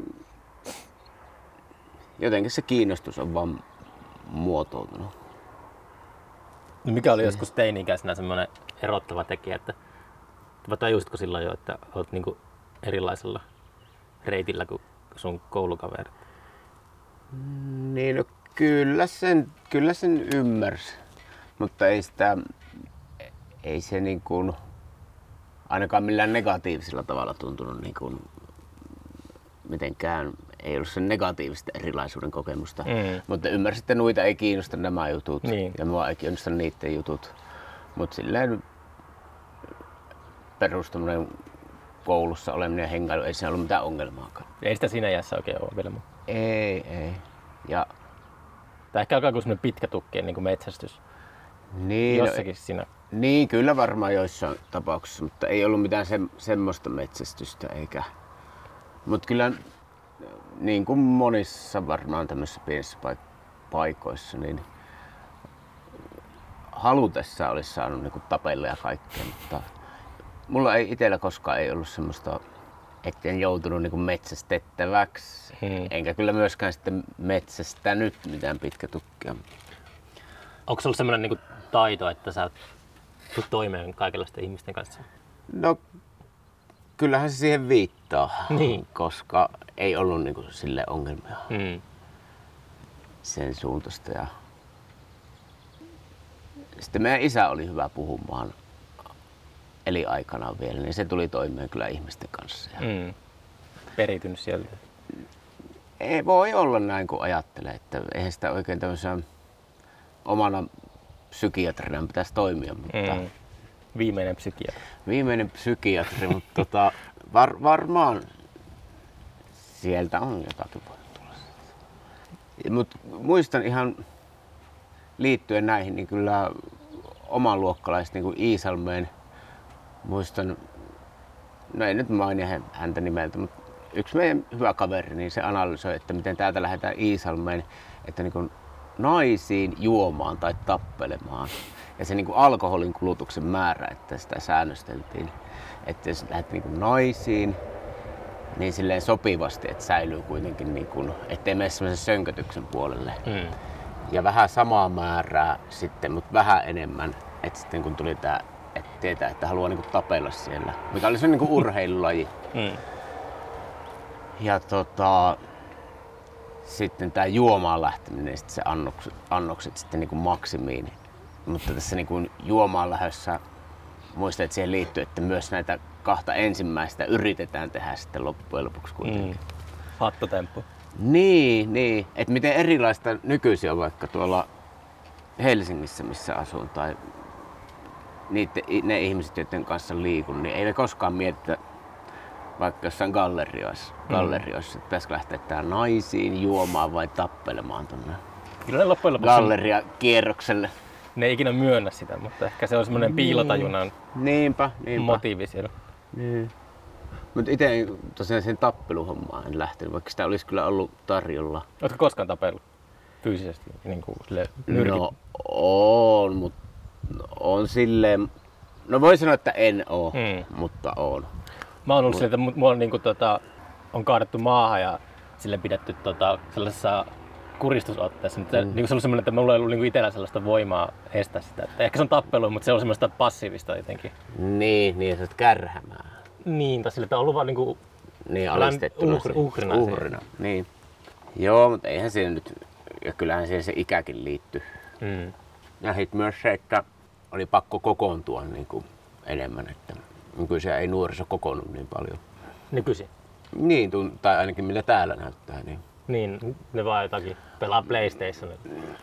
jotenkin se kiinnostus on vaan muotoutunut. No mikä oli joskus teini-ikäisenä semmoinen erottava tekijä, että vai tajusitko silloin jo, että olet niinku erilaisella reitillä kuin sun koulukaverit? Niin, no kyllä sen, kyllä sen ymmärsi, mutta ei sitä, ei se niin kuin, ainakaan millään negatiivisella tavalla tuntunut niin kuin, mitenkään, ei ollut sen negatiivista erilaisuuden kokemusta, mm. mutta ymmärsin, että noita ei kiinnosta nämä jutut niin. Ja mua ei kiinnosta niiden jutut, mutta silleen perustuminen koulussa oleminen ja hengailu, ei siinä ollut mitään ongelmaakaan. Ei sitä siinä iässä oikein ole vielä. Ei, ei. Ja tai ehkä alkaa kuin semmoinen pitkä tukkeen niin kuin metsästys. Niin, jossakin no, siinä. Niin, kyllä varmaan joissain tapauksissa, mutta ei ollut mitään se, semmoista metsästystä eikä. Mutta kyllä niin kuin monissa varmaan tämmöisissä pienissä paik- paikoissa, niin halutessa olisi saanut niin kuin tapella ja kaikkea, mutta mulla ei itsellä koskaan ei ollut semmoista, etten joutunut niin kuin metsästettäväksi, hmm. enkä kyllä myöskään sitten metsästänyt mitään pitkätukkia. Onko se ollut semmoinen niin kuin taito, että sä tulet toimeen kaikenlaisten ihmisten kanssa? No kyllähän se siihen viittaa, niin. Koska ei ollut niin kuin sille ongelmia hmm. sen suuntaista. Ja sitten meidän isä oli hyvä puhumaan eli aikanaan vielä, niin se tuli toimeen kyllä ihmisten kanssa. Ja hmm. Peritynyt sieltä. Ei voi olla näin, kun ajattelee, että eihän sitä oikein tämmöisenä omana psykiatrina pitäisi toimia. Mutta hmm. Viimeinen psykiatri. Viimeinen psykiatri, mutta tota, var, varmaan sieltä on jotakin voinut tulla. Mutta muistan ihan liittyen näihin, niin kyllä oman luokkalaiset niin kuin Iisalmeen, muistan, no ei nyt mainita häntä nimeltä, mutta yksi meidän hyvä kaveri, niin se analysoi, että miten täältä lähdetään Iisalmeen, että niin kuin naisiin juomaan tai tappelemaan. Ja se niin kuin alkoholin kulutuksen määrä, että sitä säännösteltiin, että jos lähdet niin kuin naisiin, niin silleen sopivasti, että säilyy kuitenkin, niin kuin, ettei mene semmoisen sönkötyksen puolelle. Mm. Ja vähän samaa määrää sitten, mutta vähän enemmän, että sitten kun tuli tää, että tietää, että haluaa niin kuin tapella siellä, mikä oli se niin kuin urheilulaji. Mm. Ja tota, sitten tää juomaan lähteminen, sitten se annokset, annokset sitten niin kuin maksimiin. Mutta tässä niin kuin juomaan lähdössä muistan, että siihen liittyy, että myös näitä kahta ensimmäistä yritetään tehdä sitten loppujen lopuksi kuitenkin. Mm. Hattotemppu. Niin, niin. Että miten erilaista nykyisin on vaikka tuolla Helsingissä, missä asun, tai niitä, ne ihmiset, joiden kanssa liikun, niin ei ne koskaan mietitä vaikka jossain gallerioissa, mm. gallerioissa että pitäisikö lähteä täällä naisiin juomaan vai tappelemaan tuonne galleria-kierrokselle. Ne ei ikinä myönnä sitä, mutta ehkä se on semmoinen mm. piilotajunnan niinpä, niinpä. motiivi siellä. Niin. Mutta itse tosiaan sen tappeluhommaan en lähtenyt, vaikka sitä olisi kyllä ollut tarjolla. Oletko koskaan tapellut fyysisesti? Niin kuin no on, mutta on silleen, no voi sanoa, että en oo, hmm. mutta on. Mä oon ollut Mut... silleen, että mua on, niin kuin, tota, on kaadettu maahan ja sille pidetty tota, sellaisessa kuristusotteessa. Mm. Niin se on semmoinen, että mulla ei ollut niin itsellä sellaista voimaa estää sitä. Että ehkä se on tappelu, mutta se on semmoista passiivista jotenkin. Niin, niin sä oot kärhämää. Niin, tai sille, että on ollut vaan niinku niin, alistettuna uhri, uhrina. uhrina. Niin. Joo, mutta eihän siihen nyt, ja kyllähän siihen se ikäkin liittyy. Mm. Ja sitten myös se, että oli pakko kokoontua niin kuin enemmän, että nykyisin ei nuoriso kokoonnut niin paljon. Nykyisin? Niin, tai ainakin mitä täällä näyttää. Niin, niin ne vaan jotakin pelaa PlayStationia.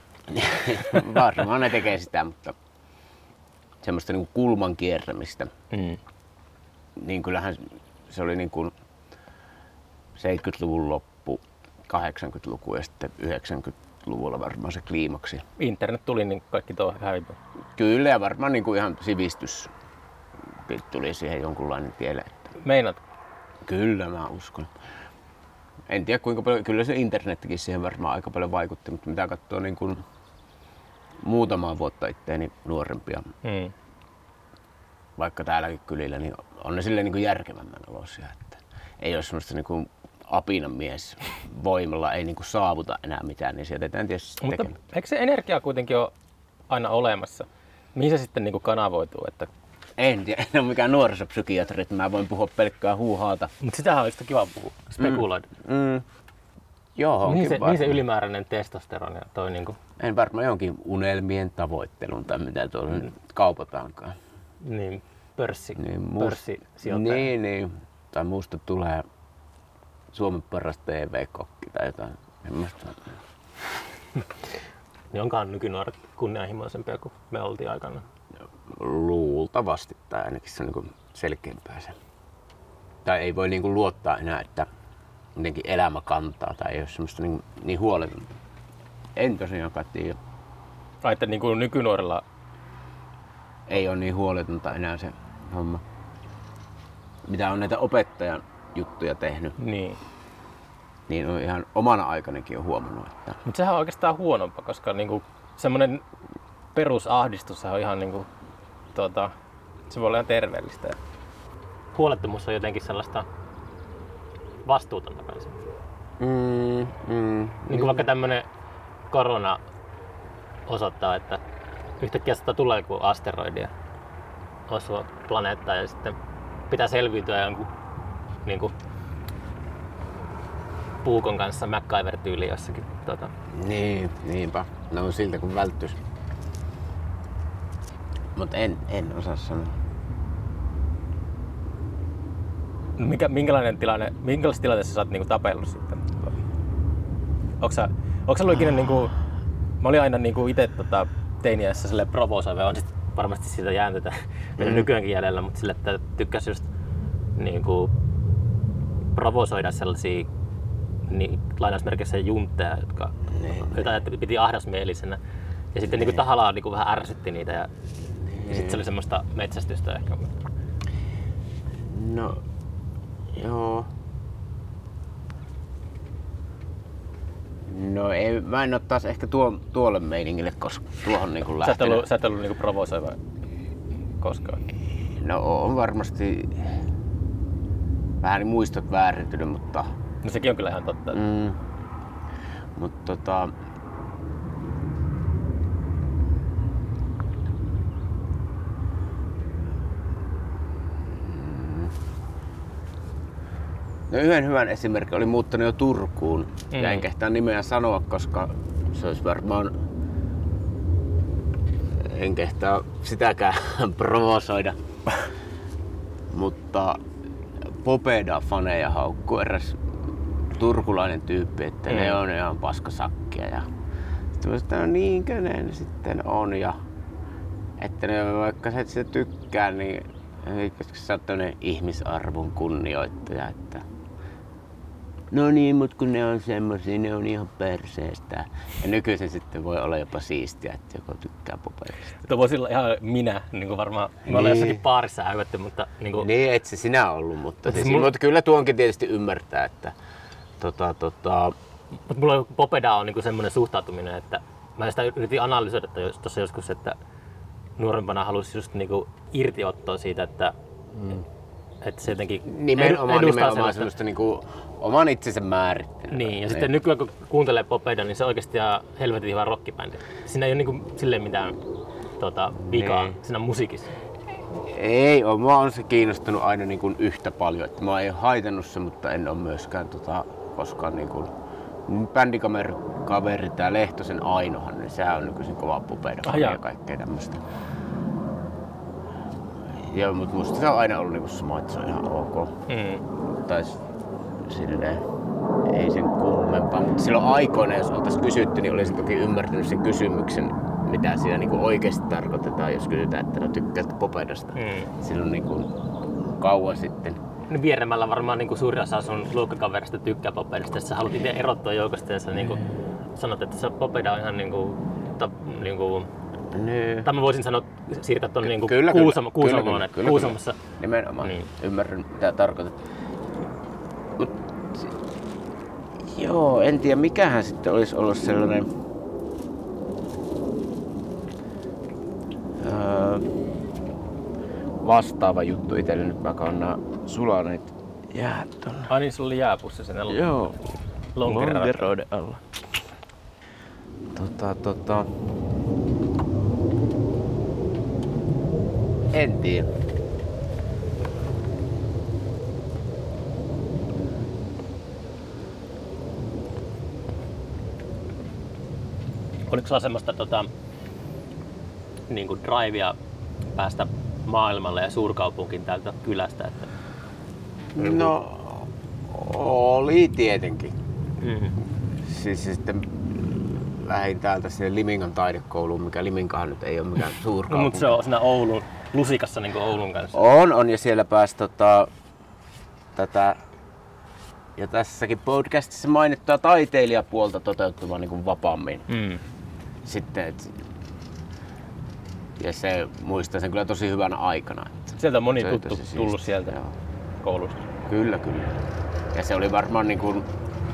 Varmaan ne tekee sitä, mutta semmoista niin kuin kulman kierrämistä. Mm. Niin kyllähän se oli niin kuin seitsemänkymmentäluvun loppu, kahdeksankymmentäluku ja sitten yhdeksänkymmentäluvulla varmaan se kliimaksi. Internet tuli, niin kaikki tuo häipyi. Kyllä, ja varmaan niin kuin ihan sivistys tuli siihen jonkunlainen tielle. Meinaat? Kyllä, mä uskon. En tiedä kuinka paljon, kyllä se internetkin siihen varmaan aika paljon vaikutti, mutta mitä katsoo niin kuin muutamaa vuotta itteeni nuorempia, hmm. vaikka täälläkin kylillä, niin on ne silleen niin kuin järkevämmän olosia. Että ei ole semmoista niin kuin apinan mies voimalla, ei niin kuin saavuta enää mitään, niin sieltä jätetään tietysti mutta tekemään. Eikö se energia kuitenkin ole aina olemassa? Mihin se sitten niin kuin kanavoituu? Että En tiedä, en ole mikään nuorisopsykiatri, että mä voin puhua pelkkää huuhaata. Mutta sitähän on sitä kiva puhua, spekuloida. Mm. Mm. Johonkin Niin se, varmaan. niin se ylimääräinen testosteroni ja toi niinku... En varmaan jonkin unelmien tavoittelun tai mitä tuolla mm. nyt kaupotaankaan. Niin, pörssi, Niin, must- pörssisijoittaja. Niin, niin. Tai musta tulee Suomen paras T V-kokki tai jotain semmoista. Niin onkaan nykynuoret kunnianhimoisempia kuin me oltiin aikana. Luultavasti, tai ainakin se on niin selkeämpää se. Tai ei voi niin luottaa enää, että mitenkin elämä kantaa tai ei ole semmoista niin, niin huoletonta. En tosiaankaan tiedä. Ai, että niin kuin nykynuorilla... Ei ole niin huoletonta enää se homma. Mitä on näitä opettajan juttuja tehnyt, Niin. niin on ihan omana aikanakin on huomannut, että... Mutta sehän on oikeastaan huonompaa, koska niinku semmoinen perusahdistus on ihan niinku, tuota, se voi olla ihan terveellistä. Huolettomuus on jotenkin sellaista vastuutonta kanssa. Mm, mm, Niin kuin vaikka tämmönen korona osoittaa, että yhtäkkiä sitä tulee joku asteroidi ja osuu planeettaan ja sitten pitää selviytyä jonkun niin kuin, puukon kanssa MacGyver-tyyliin jossakin. Tuota. Niin, niinpä. No siltä kun välttys. Mut en, en osaa sanoa. No mikä, minkälainen tilanne, minkälaisessa tilanteessa sä oot niinku tapellut sitten? Onko sä, onko sä ollut ikinä niinku, mä olin aina niinku ite tota, teiniässä silleen provosoiva, on sit varmasti siitä jäänyt tätä mm. nykyäänkin jäljellä, mutta sille, että tykkäs just niinku provosoida sellaisia niin, lainausmerkeissä juntteja, jotka jotain piti ahdasmielisenä. Ja sitten niinku tahallaan niinku vähän ärsytti niitä ja, ja sitten se oli semmoista metsästystä ehkä. No, joo. No ei, mä en oo taas ehkä tuo, tuolle meiningille, koska tuohon niinku Sä et lähtenyt. ollut, sä et ollut niinku provosoiva koskaan. No on varmasti vähän niin muistot väärentynyt, mutta... No sekin on kyllä ihan totta. Mm, mutta tota... No yhden hyvän esimerkin oli muuttanut jo Turkuun. Mm. Ja en kehtaa nimeä sanoa, koska se olisi varmaan... En kehtaa sitäkään provosoida. Mutta Popeda-faneja haukkuu eräs turkulainen tyyppi, että mm. ne on ihan paskasakkia. Ja sitten mä sanoin, no niinkö ne sitten on. Ja että ne, vaikka sä et sitä tykkää, niin koska sä oot tämmönen ihmisarvon kunnioittaja. Että no niin, mut kun ne on semmosia, ne on ihan perseestä. Ja nykyisin sitten voi olla jopa siistiä, että joku tykkää Popedasta. Tuo voisi olla ihan minä, niin kuin varmaan. Me ollaan Niin. jossakin baarissa häivätty, mutta... Niin kuin... Niin, et se sinä ollut, mutta, siis, mulla- mutta kyllä tuonkin tietysti ymmärtää, että tota, tota, Mutta mulla on Popeda on niinku semmoinen suhtautuminen, että mä sitä yritin analysoida tuossa joskus, että nuorempana halusi just niinku irtiottoa siitä, että, mm. että se jotenkin nimenomaan, edustaa nimenomaan sellaista- semmoista niinku oman itsensä määrittelyä. Niin, ja sitten nykyään kun kuuntelee Popeda, niin se on oikeasti ihan helvetin hyvä rockibändi. Siinä ei ole niinku silleen mitään tota, vikaa Niin. siinä musiikissa. Ei oo, mua on se kiinnostunut aina niin kuin yhtä paljon, että mä en haitannut se, mutta en ole myöskään tota, koskaan niin kuin bändikaveri tää Lehtosen Ainohan, niin sehän on nykyisin kova Popeda Ah, jaa. ja kaikkea tämmöstä. Joo, mut musta se on aina ollut niinku sama, että se on ihan ok. Mm. Tai s- silleen, ei sen kummempaa, mutta silloin aikoina, jos oltais kysytty, niin olisin toki ymmärtänyt sen kysymyksen, mitä siinä niinku oikeasti tarkoitetaan, jos kysytään, että no tykkäätkö Popedasta. Mm. Silloin niinku kauan sitten. No vieremmällä varmaan niinku suurin osa sun luokkakaverista tykkää Popedasta, jos sä haluat itse erottua joukosta ja sä niinku sanot, että se Popeda on ihan niinku, ta, niinku Niin. tai mä voisin sanoa, siirtää tuonne niinku Kyllä, Kuusamo, kyllä, Kuusamoon, kyllä, että kyllä, Kuusamossa. kyllä. Nimenomaan. Niin. Ymmärrän mitä tarkoitat. Mut, se- joo, en tiedä mikähän sitten olisi ollut sellainen öö, vastaava juttu itselle nyt vaikka on nää sulaneet jäät tonne. Ai niin, sulla oli jääpussi sen Joo. Lonkeroiden. Lonkeroiden alla. Tota, tota... En tiedä. Oliko sulla semmoista tota, niin kuin drivea päästä maailmalle ja suurkaupunkiin täältä kylästä? Että... No, oli tietenkin. Mm. Siis sitten lähdin täältä sinne Limingan taidekouluun, mikä Liminkahan nyt ei ole mikään No, suurkaupunki. mutta se on siinä Oulun, lusikassa niin kuin Oulun kanssa. On, on ja siellä pääsi tota, tätä ja tässäkin podcastissa mainittua taiteilijapuolta toteuttamaan niin kuin vapaammin. Mm. Sitten, et, ja se muistan sen kyllä tosi hyvänä aikana. Että Sieltä on moni se oli tuttu tosi tullut siistiä, sieltä joo. koulusta. Kyllä, kyllä. Ja se oli varmaan niin kuin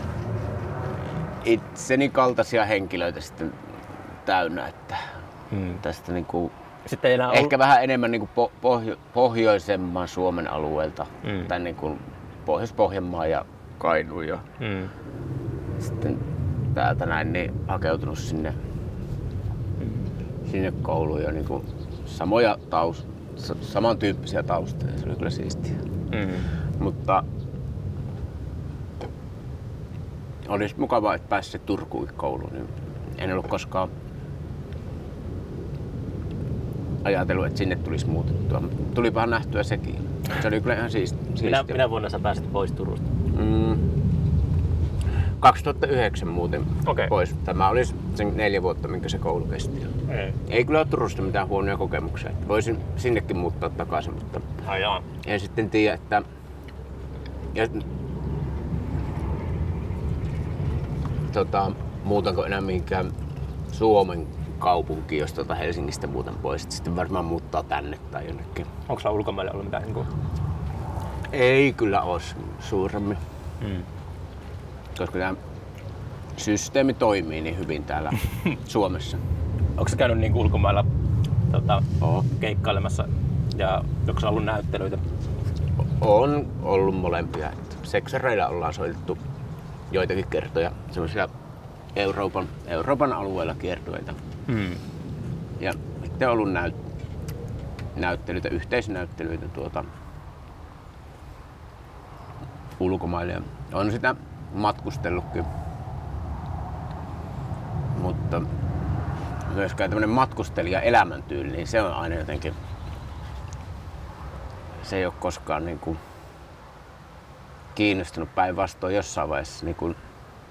itseni kaltaisia henkilöitä sitten täynnä, että Mm. tästä niin kuin Sitten ei enää ehkä vähän enemmän niin kuin pohjo- pohjoisemman Suomen alueelta, Mm. tai niin kuin Pohjois-Pohjanmaa ja Kainuu ja Mm. sitten täältä näin niin hakeutunut sinne, sinne kouluun ja niin kuin samoja taust, samantyyppisiä taustoja, se oli kyllä siistiä. Mm. Mutta olisi mukavaa, että pääsisi Turkuun kouluun. Niin en ollut koskaan ajatellut, että sinne tulisi muutettua. Tulipahan nähtyä sekin. Se oli kyllä ihan siisti, siistiä. Minä, minä vuonna sä pääsit pois Turusta? Mm. kaksituhattayhdeksän muuten Okei. pois. Tämä oli sen neljä vuotta, minkä se koulu kesti. Ei. Ei kyllä ole Turusta mitään huonoja kokemuksia. Voisin sinnekin muuttaa takaisin, mutta Ai jaa. en sitten tiedä, että ja, tota, muutanko enää mihinkään Suomen kaupunkiin, jos tuota Helsingistä muutan pois. Sitten varmaan muuttaa tänne tai jonnekin. Onko sulla ulkomaille ollut mitään? Niin kuin... Ei kyllä ole suuremmin, mm. koska tämä systeemi toimii niin hyvin täällä Suomessa. Onko sä käynyt niin kuin ulkomailla tota, Oo. keikkailemassa ja onko ollut näyttelyitä? On ollut molempia. Seksareilla ollaan soitettu joitakin kertoja, semmoisia Euroopan, Euroopan alueella kiertueita. Mm. Ja sitten on ollut näyt, näyttelyitä, yhteisnäyttelyitä tuota ulkomaille. Ja on sitä matkustellutkin. Mutta myöskään tämmönen matkustelija elämäntyyli, niin se on aina jotenkin, se ei ole koskaan niin kuin kiinnostunut, päinvastoin jossain vaiheessa niin kuin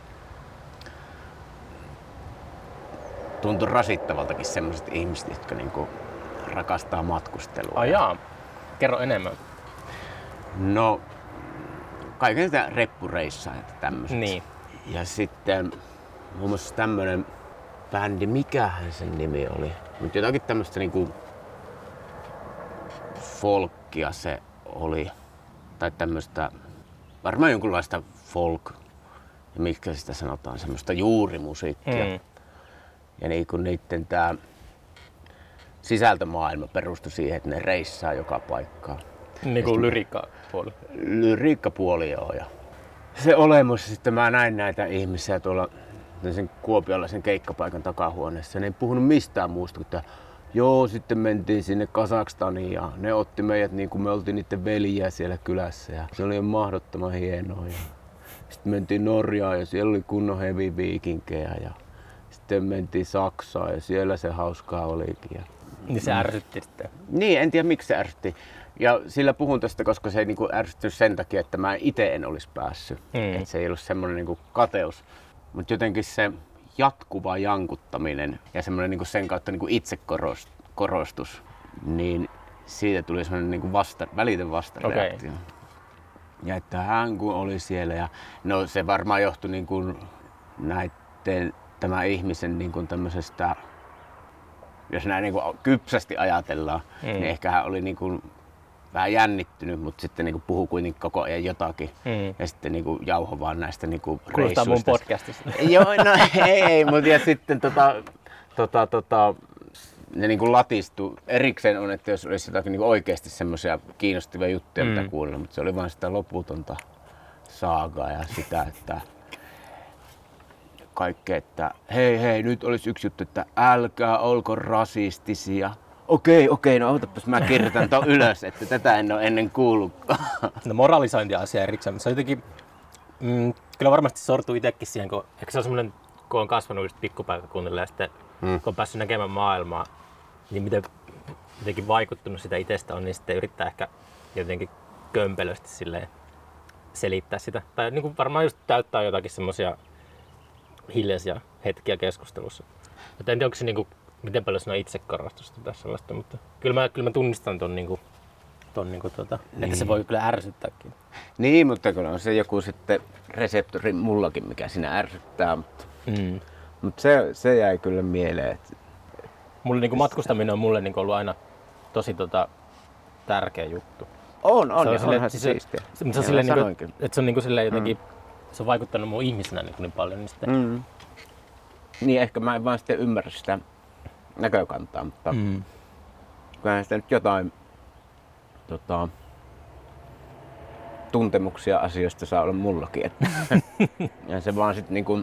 tuntui rasittavaltakin sellaiset ihmiset, jotka niin kuin rakastaa matkustelua. Ai jaa. Kerro enemmän. No, kaiken sitä reppureissaa ja tämmöiset. Niin. Ja sitten muun muassa tämmönen bändi, mikähän sen nimi oli? Mutta jotakin tämmöistä niinku folkia se oli. Tai tämmöistä, varmaan jonkunlaista folk, ja mitkä sitä sanotaan, semmoista juurimusiikkia. Mm. Ja niinku niitten tää sisältömaailma perustui siihen, että ne reissaa joka paikkaan. Niin kuin lyriikkapuoli. Lyriikkapuoli joo. Ja se olemus, sitten mä näin näitä ihmisiä tuolla sen kuopiolaisen keikkapaikan takahuoneessa. Ne ei puhunut mistään muusta, että joo, sitten mentiin sinne Kazakstaniin ja ne otti meidät niin kuin me oltiin niiden veljiä siellä kylässä. Ja se oli mahdottoman hienoa. Ja sitten mentiin Norjaan ja siellä oli kunnon heavy viikinkejä. Ja sitten mentiin Saksaan ja siellä se hauskaa olikin. Ja Niin se ärsytti sitten. niin, en tiedä miksi se ärsytti. Ja sillä puhun tästä, koska se ei niinku ärsytty sen takia, että mä itse en olisi päässyt. Mm. Et se ei ollut semmoinen niinku kateus. Mutta jotenkin se jatkuva jankuttaminen ja semmoinen niinku sen kautta niinku itsekorostus, niin siitä tuli semmoinen niinku vasta, välitön vastareaktio. Okay. Ja että hän kun oli siellä ja no se varmaan johtui niinku näitten tämä ihmisen niinku tämmöisestä, jos näin niinku kypsästi ajatellaan, mm. niin ehkä hän oli niinku vähän jännittynyt, mutta sitten niinku puhui kuitenkin koko ajan jotakin. Mm. Ja sitten niinku jauho vaan näistä niinku kuulostaa mun podcastista. Joo, no ei, ei mutta ja sitten tota, tota, tota, ne niinku latistu. Erikseen on, että jos olisi jotakin niinku oikeasti semmoisia kiinnostavia juttuja, mm. mitä kuunnella, mutta se oli vain sitä loputonta saagaa ja sitä, että kaikkea, että hei hei, nyt olisi yksi juttu, että älkää olko rasistisia. Okei, okei, no otapas mä kirjoitan ton ylös, että tätä en ole ennen kuullutkaan. No moralisointia asia erikseen, mutta se on jotenkin, mm, kyllä varmasti sortuu itsekin siihen, kun ehkä se on semmoinen kun on kasvanut just pikkupaikkakunnilla ja sitten Mm. kun on päässyt näkemään maailmaa, niin miten jotenkin vaikuttunut sitä itsestä on, niin sitten yrittää ehkä jotenkin kömpelösti silleen selittää sitä. Tai niin kuin varmaan just täyttää jotakin semmoisia hiljaisia hetkiä keskustelussa. Mutta en tiedä, onko se niin kuin, miten paljon siinä on itsekorostusta tässä sellaista, mutta kyllä mä, kyllä mä tunnistan ton, niin kuin, ton niin kuin, tuota, niin. Että se voi kyllä ärsyttääkin. Niin, mutta kun on se joku sitten reseptori mullakin, mikä siinä ärsyttää, mutta, Mm. mutta se, se jäi kyllä mieleen. Että Mulle niin kuin matkustaminen on mulle niin kuin ollut aina tosi tota, tärkeä juttu. on, on, Se on ja silleen, onhan se siis se- siistiä. Se, mutta se on Ja silleen, mä niin sanoinkin. kuin, että se on niin kuin silleen jotenkin, se on vaikuttanut mun ihmisenä niin, niin paljon. Niin, sitten, Mm. Niin ehkä mä en vaan sitten ymmärrä sitä näkökantaa, mutta mm. kyllähän sitä nyt jotain tota, tuntemuksia asioista saa olla mullakin. Että ja se vaan sitten niinku,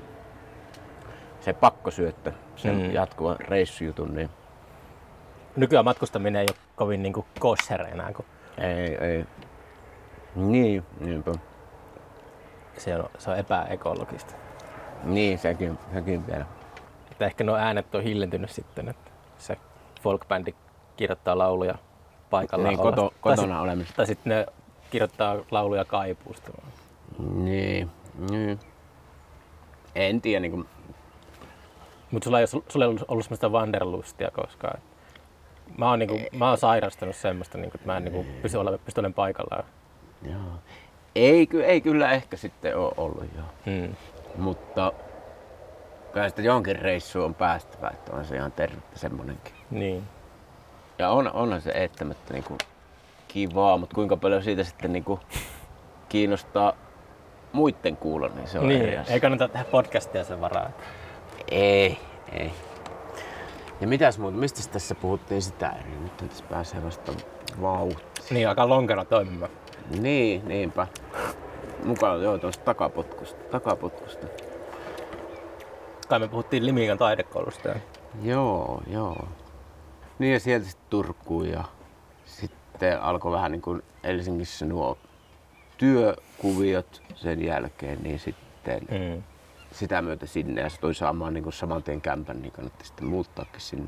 se pakkosyöttö, sen Mm. jatkuvan reissujutun, niin Nykyään matkustaminen ei ole kovin niin kuin kosher enää, kun ei, ei. Niin, niinpä. se on, se on epäekologista. Niin, sekin, sekin vielä. Että ehkä nuo äänet on hiljentynyt sitten, että se folkbändi kirjoittaa lauluja paikallaan Niin, koto, ollessa. kotona tai, sit, olemista. tai sitten ne kirjoittaa lauluja kaipuusta. Niin, niin. En tiedä, niin kuin, Mutta sulla ei ole, sulla ei ollut, ollut semmoista wanderlustia koskaan. Mä oon, niinku, mä oon sairastanut semmoista, niinku, että mä en niinku, pysty, ole, pysty olemaan paikallaan. joo. Ei, ky- ei kyllä ehkä sitten ole ollut, joo. Hmm. Mutta kyllä sitä jonkin reissuun on päästävä, että on se ihan tervettä semmonenkin. Niin. Ja on, onhan se eittämättä niinku kivaa, mutta kuinka paljon siitä sitten niinku kiinnostaa muitten kuulla, niin se on eri Niin, asia. ei kannata tehdä podcastia sen varaa. Ei, ei. Ja mitäs muuta, mistä tässä puhuttiin sitä eri? Nyt tässä pääsee vasta vauhtiin. Niin, alkaa lonkero toimimaan. Niin, niinpä. Mukaan joo tuosta takapotkusta. takapotkusta. Kai me puhuttiin Limikan taidekoulusta. Ja Joo, joo. Niin ja sieltä sitten Turkuun ja sitten alkoi vähän niin kuin Helsingissä nuo työkuviot sen jälkeen, niin sitten mm. sitä myötä sinne ja se toi saamaan niin kuin saman tien kämpän, niin kannatti sitten muuttaakin sinne.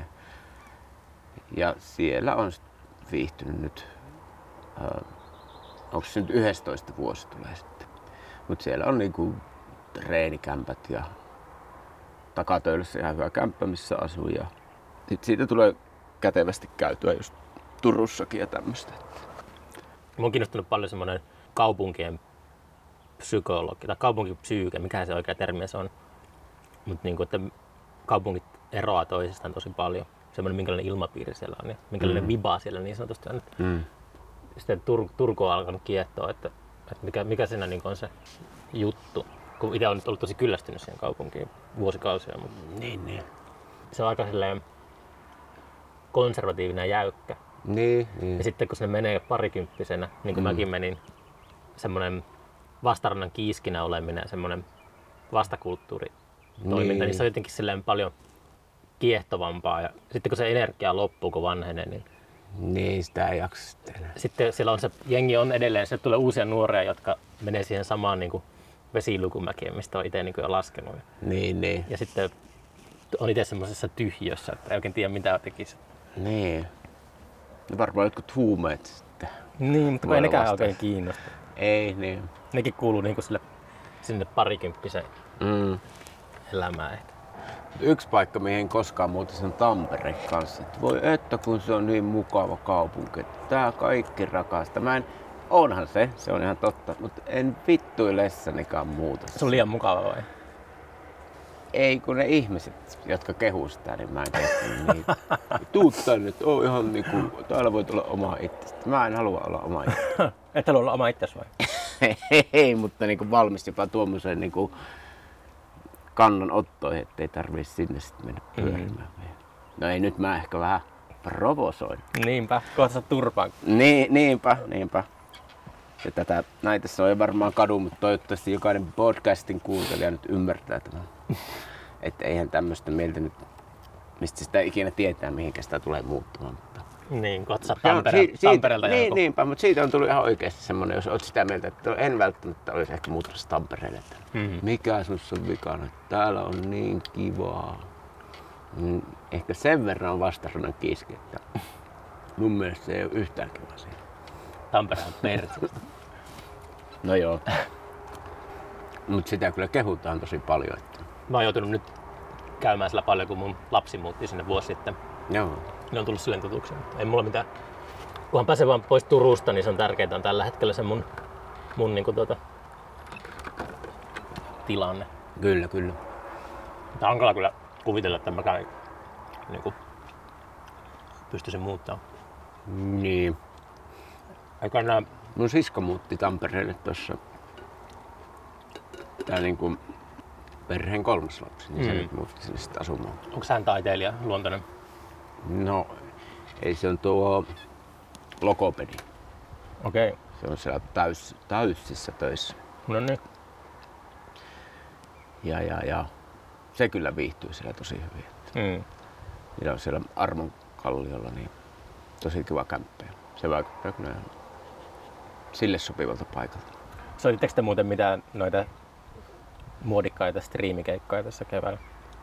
Ja siellä on sit viihtynyt nyt, äh, onko se nyt yksitoista vuosi tulee sitten. Mutta siellä on niin kuin treenikämpät ja takatöydessä ihan hyvä kämppä, missä asuu. Ja sit siitä tulee kätevästi käytyä just Turussakin ja tämmöistä. Mua on kiinnostunut paljon semmoinen kaupunkien psykologi tai kaupunkipsyyke, mikä se oikea termi se on. Mutta niinku, että kaupungit eroaa toisistaan tosi paljon. Semmoinen minkälainen ilmapiiri siellä on ja minkälainen mm. viba siellä niin sanotusti on. Mm. Sitten Tur- Turku on alkanut kiehtoa, että, että mikä, mikä siinä niinku on se juttu. Kun itse olen nyt ollut tosi kyllästynyt siihen kaupunkiin vuosikausia, mutta Niin, niin. se on aika silleen konservatiivinen ja jäykkä. Niin, niin. Ja sitten kun sinne menee parikymppisenä, niin kuin mm. mäkin menin, semmoinen vastarannan kiiskinä oleminen ja semmoinen vastakulttuuritoiminta, niin. niin se on jotenkin silleen paljon kiehtovampaa. Ja sitten kun se energia loppuu, kun vanhenee, niin Niin, sitä ei jaksa sitten enää. sitten siellä on se jengi on edelleen, se tulee uusia nuoria, jotka menee siihen samaan niin kuin vesilukumäkeen, mistä on itse niin kuin jo laskenut. Niin, niin. Ja sitten on itse semmoisessa tyhjössä, että ei oikein tiedä mitä tekisi. Niin. Ja varmaan jotkut huumeet sitten. Niin, mutta kun Voi ei olla nekään vasta. oikein kiinnosta. Ei, niin. Nekin kuuluu niin kuin sille, sinne parikymppisen Mm. elämään. Että. Yksi paikka, mihin en koskaan muuta, se on Tampere kanssa. Et voi että kun se on niin mukava kaupunki, että tää kaikki rakastaa. Mä en, onhan se, se on ihan totta, mutta en vittuilessanikaan muuta. Se on liian mukava vai? Ei kun ne ihmiset, jotka kehuu sitä, niin mä en kestä niitä. Tuu tänne, että oo ihan niinku, täällä voit olla oma itsestä. Mä en halua olla oma itsestä. Et halua olla oma itsesi vai? Ei, mutta niinku valmis jopa tuommoiseen niinku kannanottoihin, ettei tarvii sinne sitten mennä pyörimään. Mm. No ei, nyt mä ehkä vähän provosoin. Niinpä, kohta sä turpaan. Niin, niinpä, niinpä. Ja tätä, näitä se on jo varmaan kadu, mutta toivottavasti jokainen podcastin kuuntelija nyt ymmärtää tämän. Että eihän tämmöistä mieltä nyt, mistä sitä ikinä tietää, mihinkä sitä tulee muuttumaan. Mutta Niin, kun sä Ja Tampere, si- siitä- Tampereelta niin, joku. niinpä, mutta siitä on tullut ihan oikeasti semmoinen, jos olet sitä mieltä, että en välttämättä olisi ehkä muuttamassa Tampereelle. Että Mhm. mikä sinussa on vikana, että täällä on niin kivaa. Mm, ehkä sen verran on vastarannan kiiski, että mun mielestä se ei ole yhtään kiva siinä. Tampere on pertsistä. No joo. Mutta sitä kyllä kehutaan tosi paljon. Että... Mä oon joutunut nyt käymään siellä paljon, kun mun lapsi muutti sinne vuosi sitten. Joo. Ne on tullut silleen tutuksi. Ei mulla mitään. Kunhan pääsee vaan pois Turusta, niin se on tärkeintä on tällä hetkellä se mun, mun niinku tuota, tilanne. Kyllä, kyllä. Mutta hankala kyllä kuvitella, että mäkään niinku, pystyisin muuttaa. Niin. Eikä nää, Mun sisko muutti Tampereelle tuossa. Tää niinku perheen kolmas lapsi, niin mm. se Mm. nyt muutti sinne sitten asumaan. onko hän taiteilija, luontainen? No, ei se on tuo logopedi. Okei. Okay. Se on siellä täys, täysissä töissä. No niin. Ja, ja, ja se kyllä viihtyy siellä tosi hyvin. Mm. Niillä on siellä Armon kalliolla niin tosi kiva kämppä. Se vaikuttaa kyllä ihan sille sopivalta paikalta. Soititteko te muuten mitään noita muodikkaita striimikeikkoja tässä keväällä?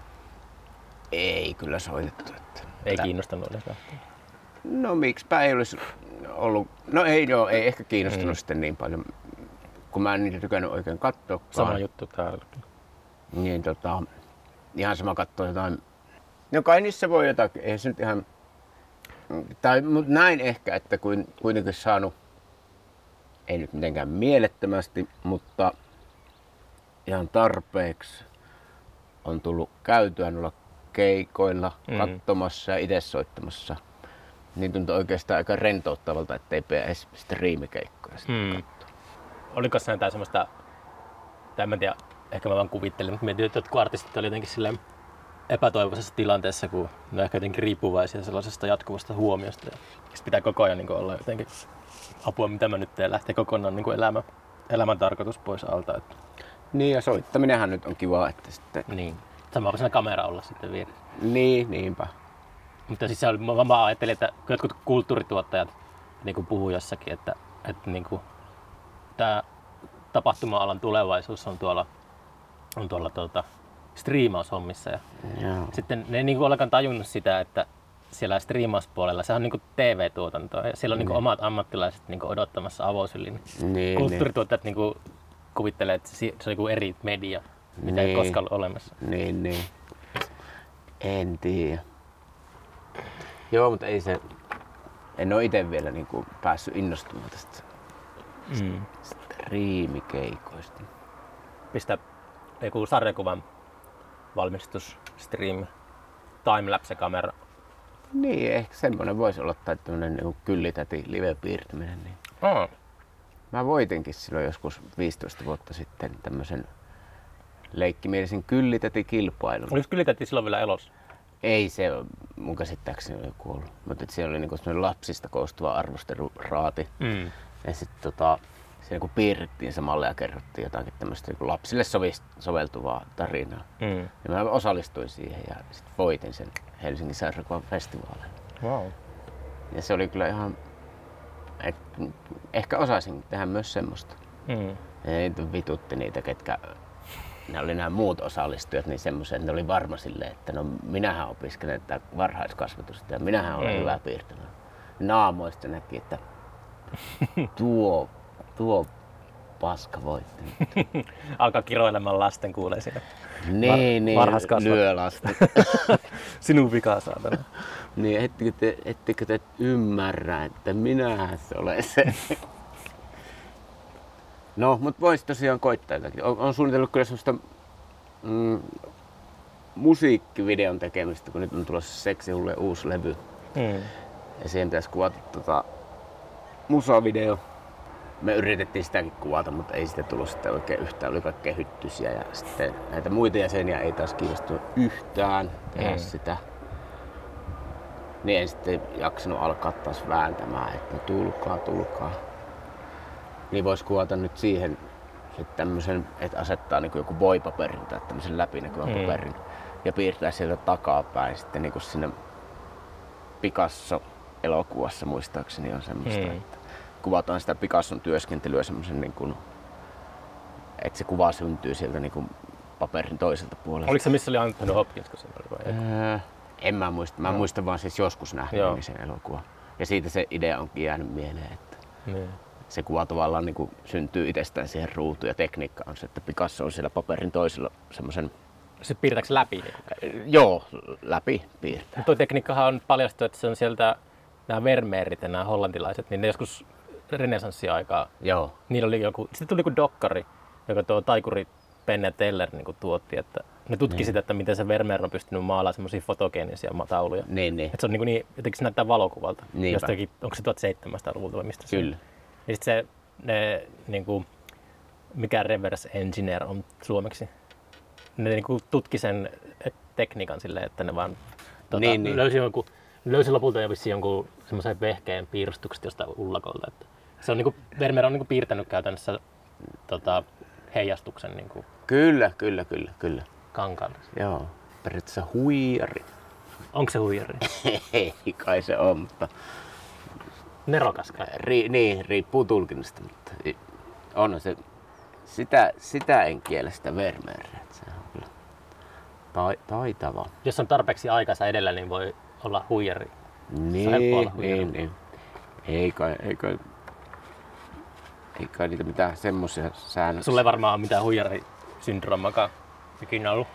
Ei kyllä soitettu. Että Ei Tä- kiinnostanut edes lähteä. No miksipä ei olisi ollut. No ei joo, ei ehkä kiinnostunut mm. sitten niin paljon. Kun mä en niitä tykännyt oikein katsoa. Sama juttu täällä. Niin tota, ihan sama katsoa jotain. No kai niissä voi jotakin, ei se nyt ihan. Tai mut näin ehkä, että kuin, kuitenkin saanut, ei nyt mitenkään mielettömästi, mutta ihan tarpeeksi on tullut käytyä noilla keikoilla, Mm. katsomassa ja itse soittamassa. Niin tuntuu oikeastaan aika rentouttavalta, ettei pidä edes striimikeikkoja sitten Mm. katsoa. Oliko se jotain semmoista, tai en tiedä, ehkä mä vaan kuvittelin, mutta mietin, että jotkut artistit oli jotenkin silleen epätoivoisessa tilanteessa, kun ne on ehkä jotenkin riippuvaisia sellaisesta jatkuvasta huomiosta. Ja sitten pitää koko ajan niin olla jotenkin apua, mitä mä nyt teen, lähtee kokonaan niin elämä, elämän tarkoitus pois alta. Että, Niin ja soittaminenhan nyt on kiva, että sitten. niin. Sama voi siinä kamera olla sitten vieressä. Niin, niinpä. Mutta siis se oli, mä vaan ajattelin, että jotkut kulttuurituottajat niin kuin puhuu jossakin, että, että niin kuin, tämä tapahtuma-alan tulevaisuus on tuolla, on tuolla tuota, striimaushommissa. Ja Joo. sitten ne ei niin kuin ollenkaan tajunnut sitä, että siellä striimauspuolella se on niin kuin T V-tuotantoa ja siellä on niin kuin omat ammattilaiset niin kuin odottamassa avosylin. Niin, niin. Kulttuurituottajat niin kuin kuvittelee, että se on joku eri media, mitä ei Niin. koskaan ollut olemassa. Niin, niin. En tiedä. Joo, mutta ei se. En oo ite vielä niinku päässyt innostumaan tästä Mm. striimikeikoista. Pistä joku sarjakuvan valmistusstriimi, timelapse-kamera. Niin, ehkä semmonen voisi olla tai tämmönen niinku kyllitäti live-piirtäminen. Niin. Oh. Mä voitinkin silloin joskus viisitoista vuotta sitten tämmösen leikkimielisen kyllitäti-kilpailun. Oliko Kyllitäti silloin vielä elossa? Ei se ole, mun käsittääkseni oli kuollut. Mutta siellä oli niinku semmonen lapsista koostuva arvosteluraati. Mm. Ja sitten tota, se niinku piirrettiin samalle ja kerrottiin jotakin tämmöistä niinku lapsille sovis- soveltuvaa tarinaa. Mm. Ja mä osallistuin siihen ja sit voitin sen Helsingin sarjakuvan festivaalin. Wow. Ja se oli kyllä ihan, et, ehkä osaisin tehdä myös semmoista. Mm. Ja niitä vitutti niitä, ketkä ne oli nämä muut osallistujat, niin semmoisen, ne oli varma silleen, että no minähän opiskelen tätä varhaiskasvatusta ja minähän olen Mm. hyvä piirtämään. Naamoista näki, että tuo, tuo paska voitti. Alkaa kiroilemaan lasten kuulee siinä. Niin, niin, varhaiskasvat- lyö lasta. Sinun vikaa saatana. Niin, ettekö te, ettekö te ymmärrä, että minähän se olen se. No, mutta voisi tosiaan koittaa jotakin. On, on suunnitellut kyllä semmoista mm, musiikkivideon tekemistä, kun nyt on tulossa Seksihullujen uusi levy. Mm. Ja siihen pitäisi kuvata tota musavideo. Me yritettiin sitäkin kuvata, mutta ei sitä tullut sitten oikein yhtään. Oli kaikkea hyttysiä ja sitten näitä muita jäseniä ei taas kiinnostunut yhtään tehdä Mm. sitä. Niin en sitten jaksanut alkaa taas vääntämään, että no tulkaa, tulkaa. Niin vois kuvata nyt siihen sitten tämmösen, että asettaa niinku joku voipaperin tai tämmösen läpinäkyvän Mm. paperin ja piirtää sieltä takapäin sitten niinku sinne Picasso elokuvassa muistaakseni on semmoista, Mm. että kuvataan sitä Picasson työskentelyä semmoisen niin kuin, että se kuva syntyy sieltä niin kuin paperin toiselta puolelta. Oliko se missä oli Anthony Hopkins, kun se oli vai? Öö, en mä muista. Mä Joo. muistan vaan siis joskus nähneeni sen elokuvan. Ja siitä se idea onkin jäänyt mieleen, että Niin. se kuva tavallaan niin kuin syntyy itsestään siihen ruutuun ja tekniikka on se, että Picasso on siellä paperin toisella semmoisen, Se piirtääkö läpi? Niin? joo, läpi piirtää. Tuo tekniikkahan on paljastunut, että se on sieltä nämä Vermeerit ja nämä hollantilaiset, niin ne joskus renesanssiaikaa, Joo, niillä oli joku, sitten tuli joku dokkari, joka tuo taikuri Penn Teller niin kuin tuotti, että ne tutki Niin. sitä, että miten se Vermeer on pystynyt maalaamaan semmoisia fotogeenisia tauluja. niin, niin. Että se on niin, niin jotenkin se näyttää valokuvalta. Niinpä. Jostakin, onko se tuhatseitsemänsataaluvulta vai mistä se Kyllä. on? Ja sitten se, ne, niin kuin, mikä reverse engineer on suomeksi, ne niin kuin tutki sen tekniikan silleen, että ne vaan tota, Niin, niin. löysi, jonkun, löysi lopulta jo vissiin jonkun semmoisen vehkeen piirustukset jostain ullakolta. Että se on niin kuin, Vermeer on niin kuin piirtänyt käytännössä tota, heijastuksen niin kuin Kyllä, kyllä, kyllä, kyllä. kankaalle. Joo, periaatteessa huijari. Onko se huijari? Ei kai se on, mutta Nerokas kai. ri, niin, riippuu tulkinnasta, mutta i- on se, sitä, sitä en kiellä sitä Vermeeriä, että se on kyllä tai, taitava. Jos on tarpeeksi aikansa edellä, niin voi olla huijari. helppo Niin, olla huijari. niin, niin. Ei kai, ei kai, ei kai niitä mitään semmoisia säännöksiä. Sulle ei varmaan ole mitään huijarisyndroomakaan ikinä ollut.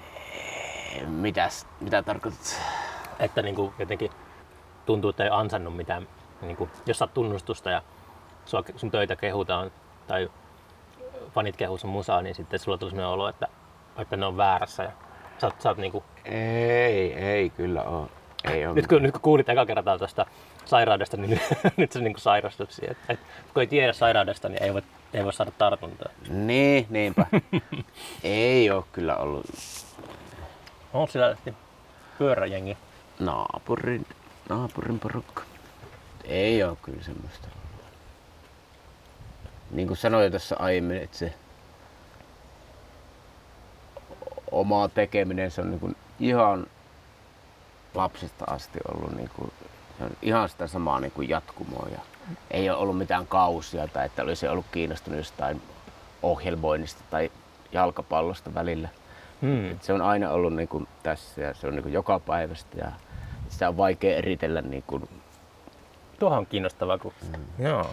Mitäs, mitä tarkoitat? Että niin kuin jotenkin tuntuu, että ei ansannut mitään. Niin kuin, jos saat tunnustusta ja sua, sun töitä kehutaan tai fanit kehuu sun musaa, niin sitten sulla tulee sellainen olo, että, että ne on väärässä. Ja sä oot, sä oot niin kuin, Ei, ei kyllä oo. Ei oo nyt, kun, nyt kun kuulit eka kertaa tuosta sairaudesta, niin nyt sä niin kuin sairastut siihen. Et, et, kun ei tiedä sairaudesta, niin ei voi, ei voi saada tartuntaa. Niin, niinpä. Ei oo kyllä ollut On sillä lähti pyöräjengi. naapurin, naapurin porukka. Ei oo kyllä semmoista. Niin kuin sanoin jo tuossa aiemmin, että se oma tekeminen, se on niin kuin ihan lapsesta asti ollut niin kuin, se on ihan sitä samaa niin kuin jatkumoa. Ja ei ole ollut mitään kausia tai että olisi ollut kiinnostunut jostain ohjelmoinnista tai jalkapallosta välillä. Hmm. Se on aina ollut niin kuin tässä ja se on niin kuin joka päivästä ja sitä on vaikea eritellä niin kuin, Tuohan on kiinnostavaa, kun... Mm. Joo.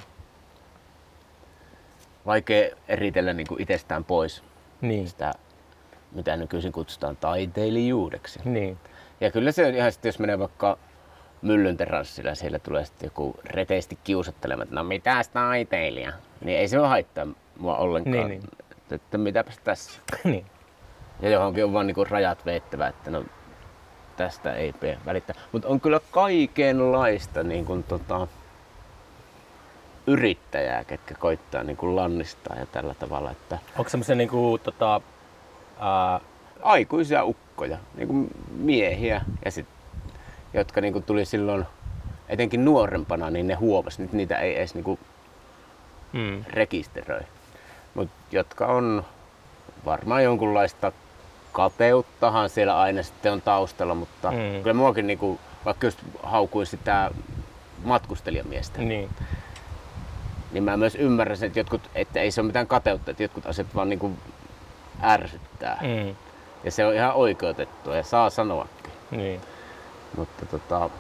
vaikea eritellä niin kuin itsestään pois Niin. sitä, mitä nykyisin kutsutaan taiteilijuudeksi. Niin. Ja kyllä se on ihan sitten, jos menee vaikka Myllyn teranssilla ja siellä tulee sitten joku reteesti kiusattelemaan, että no mitäs taiteilija, niin ei se ole haittaa mua ollenkaan. Niin, niin. Että, että mitäpäs tässä. niin. Ja johonkin on vaan niinku rajat veettävä, että no tästä ei pidä välittää. Mutta on kyllä kaikenlaista niin kuin, tota, yrittäjää, ketkä koittaa niin kuin lannistaa ja tällä tavalla, että Onko semmoisia niinku tota... Ää, aikuisia ukkoja, niin kuin miehiä, ja sit, jotka niin kuin tuli silloin etenkin nuorempana, niin ne huomasi, nyt niitä ei edes niin kuin mm. rekisteröi. Mutta jotka on varmaan jonkunlaista kateuttahan siellä aina sitten on taustalla, mutta Mm. kyllä muakin niinku, vaikka just haukuin sitä matkustelijamiestä, Niin. niin mä myös ymmärrän sen, että, jotkut, että ei se ole mitään kateutta, että jotkut asiat vaan niinku ärsyttää. Mm. Ja se on ihan oikeutettua ja saa sanoakin. Niin. Mutta tota,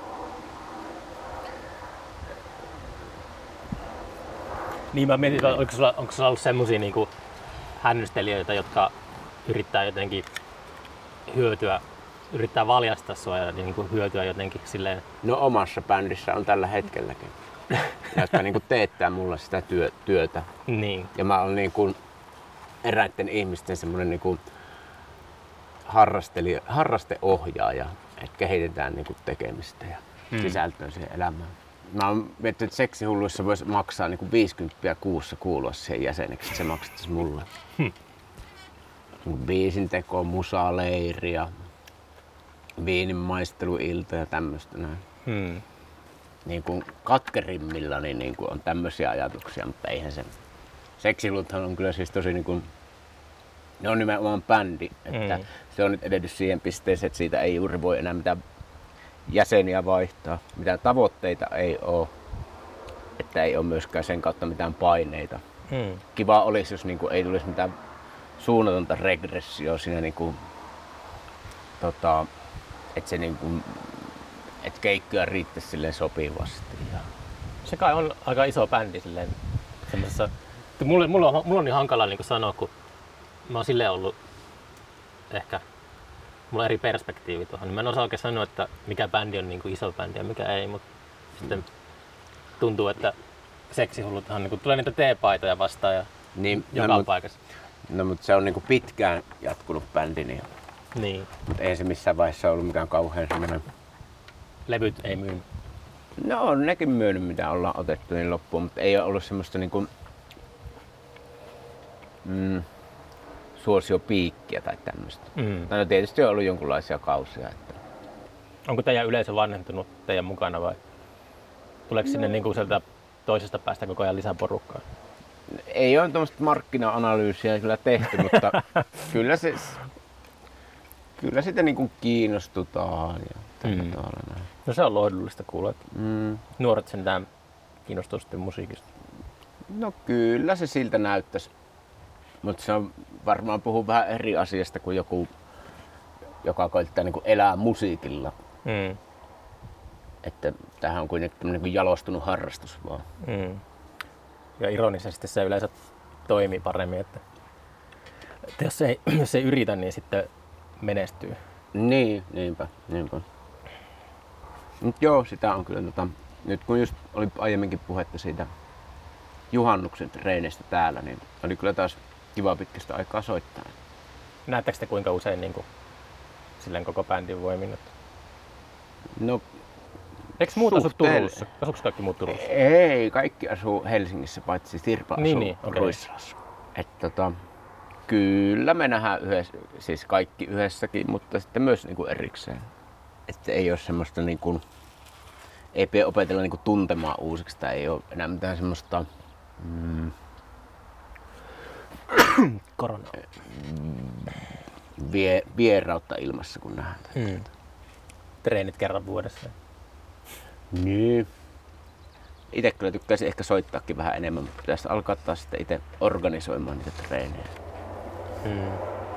Niin mä mietin, että onko sulla, onko sulla ollut semmosia niinku hännystelijöitä, jotka yrittää jotenkin hyötyä, yrittää valjastaa sua ja niinku hyötyä jotenkin silleen. no omassa bändissä on tällä hetkelläkin, jotka niinku teettää mulle sitä työ, työtä. Niin. Ja mä olen niin kuin eräiden ihmisten semmoinen niin kuin harrastelija, harrasteohjaaja, että kehitetään niin kuin tekemistä ja Mm. sisältöä siihen elämään. Mä oon miettinyt, että seksihulluissa voisi maksaa niin kuin viisikymmentä kuussa kuulua siihen jäseneksi, että se maksettaisiin mulle. Hmm. Biisinteko, musaleiri ja viininmaisteluilta ja tämmöistä näin. Mm. Niin kuin katkerimmillani niin kuin on tämmöisiä ajatuksia, mutta eihän se. Seksihuluthan on kyllä siis tosi niin kuin, ne on nimenomaan bändi, että Mm. se on nyt edennyt siihen pisteeseen, että siitä ei juuri voi enää mitään jäseniä vaihtaa. Mitään tavoitteita ei ole, että ei ole myöskään sen kautta mitään paineita. Hmm. Kiva olisi, jos niinku ei tulisi mitään suunnatonta regressioa siinä, niinku, tota, että se niinku, et keikkoja riittäisi silleen sopivasti. Ja... Se kai on aika iso bändi silleen semmosessa. Mulla, mulla, on, mulla on niin hankala niin sanoa, kun mä oon silleen ollut ehkä, mulla on eri perspektiivi tuohon. Mä en osaa oikein sanoa, että mikä bändi on niin iso bändi ja mikä ei, mutta mm. sitten tuntuu, että seksihulluthan niin tulee niitä teepaitoja vastaan ja niin, joka no, paikassa. No mutta se on niinku pitkään jatkunut bändi, niin, niin. Mutta ei se missään vaiheessa ollut mikään kauhean semmoinen... Levyt ei myynyt. No on nekin myynyt, mitä ollaan otettu niin loppuun, mutta ei ole ollut semmoista niinku... Mm, suosiopiikkiä tai tämmöistä. Mm. No tietysti on ollut jonkunlaisia kausia. Että... Onko teidän yleisö vanhentunut teidän mukana vai tuleeko no. sinne niinku sieltä toisesta päästä koko ajan lisää porukkaa? Ei ole tuommoista markkina-analyysiä kyllä tehty, mutta kyllä, se, kyllä sitä niinku kiinnostutaan. Ja mm. No se on lohdullista kuulla, että mm. nuoret sentään kiinnostuu sitten musiikista. No kyllä se siltä näyttäisi. Mutta se on varmaan puhuu vähän eri asiasta kuin joku, joka koittaa niinku elää musiikilla. Mm. Että tämähän on kuitenkin niinku jalostunut harrastus vaan. Mm. Ja ironisesti se yleensä toimii paremmin, että, että jos, ei, jos ei yritä, niin sitten menestyy. Niin, niinpä, niinpä. Mut joo, sitä on kyllä tota, nyt kun just oli aiemminkin puhetta siitä juhannuksen treeneistä täällä, niin oli kyllä taas kiva pitkästä aikaa soittaa. Näettekö te kuinka usein niin kuin, silleen koko bändin voimin? No, eikö muut asu Turussa? Asuuko kaikki muut Turussa? Ei, kaikki asuu Helsingissä, paitsi Sirpa asuu niin, niin, Ruissalassa. Okay. Tota, kyllä me nähdään yhdessä, siis kaikki yhdessäkin, mutta sitten myös niinku erikseen. Että ei ole semmoista niinku, ei pidä opetella niinku tuntemaan uusiksi tai ei ole enää mitään semmoista mm, korona. Vie, vierautta ilmassa kun nähdään. Mm. Treenit kerran vuodessa. Niin. Itse kyllä tykkäisin ehkä soittaakin vähän enemmän, mutta pitäisi alkaa taas sitten itse organisoimaan niitä treenejä. Hmm.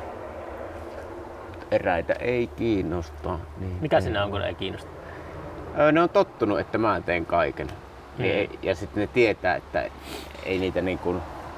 Eräitä ei kiinnosta. Niin mikä sinä on, kun ei kiinnosta? Ne on tottunut, että mä teen kaiken. Hmm. Niin, ja sitten ne tietää, että ei niitä niin kuin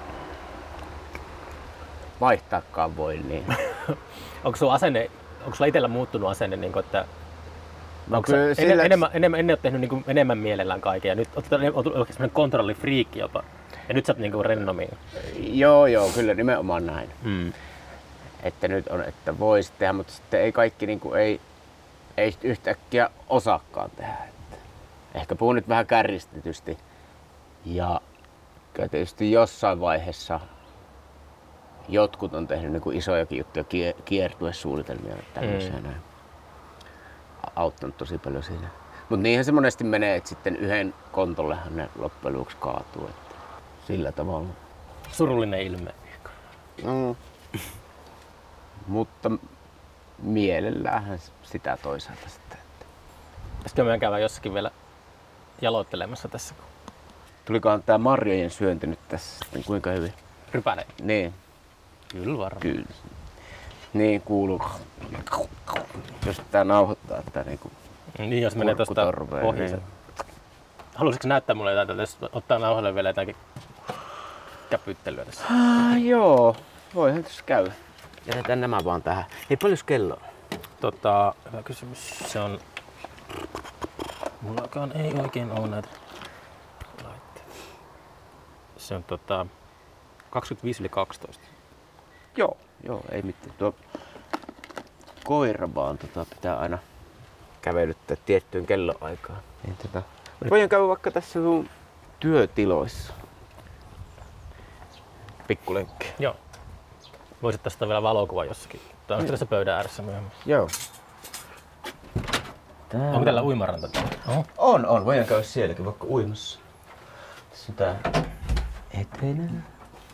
vaihtaakaan voi. Niin. Onko sulla asenne, onko sulla itsellä muuttunut asenne, niin kuin, että no, onko sillä... enemmän, enemmän, enemmän, ennen olet tehnyt niin kuin enemmän mielellään kaiken ja nyt olet oikein semmoinen kontrollifriikki jopa. Ja nyt sä oot niin rennomiin. Joo, joo, kyllä nimenomaan näin. Mm. Että nyt on, että voisi tehdä, mutta sitten ei kaikki niin kuin, ei, ei yhtäkkiä osaakaan tehdä. Että ehkä puhun nyt vähän kärjistetysti. Ja tietysti jossain vaiheessa jotkut on tehnyt niin kuin isojakin juttuja, kiertuesuunnitelmia ja tämmöisiä mm. näin. Auttanut tosi paljon siinä. Mutta niinhän se monesti menee, että sitten yhden kontollehan ne loppujen lopuksi kaatuu. Että sillä tavalla. Surullinen ilme. Mm. Mutta mielelläänhän sitä toisaalta sitten. Pitäisikö meidän käydä jossakin vielä jaloittelemassa tässä? Tulikohan tää marjojen syönti nyt tässä sitten kuinka hyvin? Rypäle. Niin. Kyllä varmaan. Kyllä. Niin kuuluu. Jos tää nauhoittaa tää niinku niin jos menee tosta ohi. Niin. Haluaisitko näyttää mulle jotain, jos ottaa nauhalle vielä jotakin käpyttelyä tässä? Ah, joo, voihan tässä käydä. Jätetään nämä vaan tähän. Ei paljon kello on. Tota, hyvä kysymys. Se on... Mullakaan ei oikein oo näitä laitteita. Se on tota... kaksikymmentäviisi yli kaksitoista. Joo, joo, ei mitään. Tuo koira vaan tota, pitää aina kävelyttää tiettyyn kelloaikaan. Niin, tota, voidaan käydä vaikka tässä sun työtiloissa. Pikkulenkki. Joo. Voisit tästä vielä valokuva jossakin. Tämä on tässä pöydän ääressä myöhemmin. Joo. Täällä... Onko täällä uimaranta täällä? Oho. On, on. Voidaan käydä sielläkin vaikka uimassa. Tässä on tää eteinen.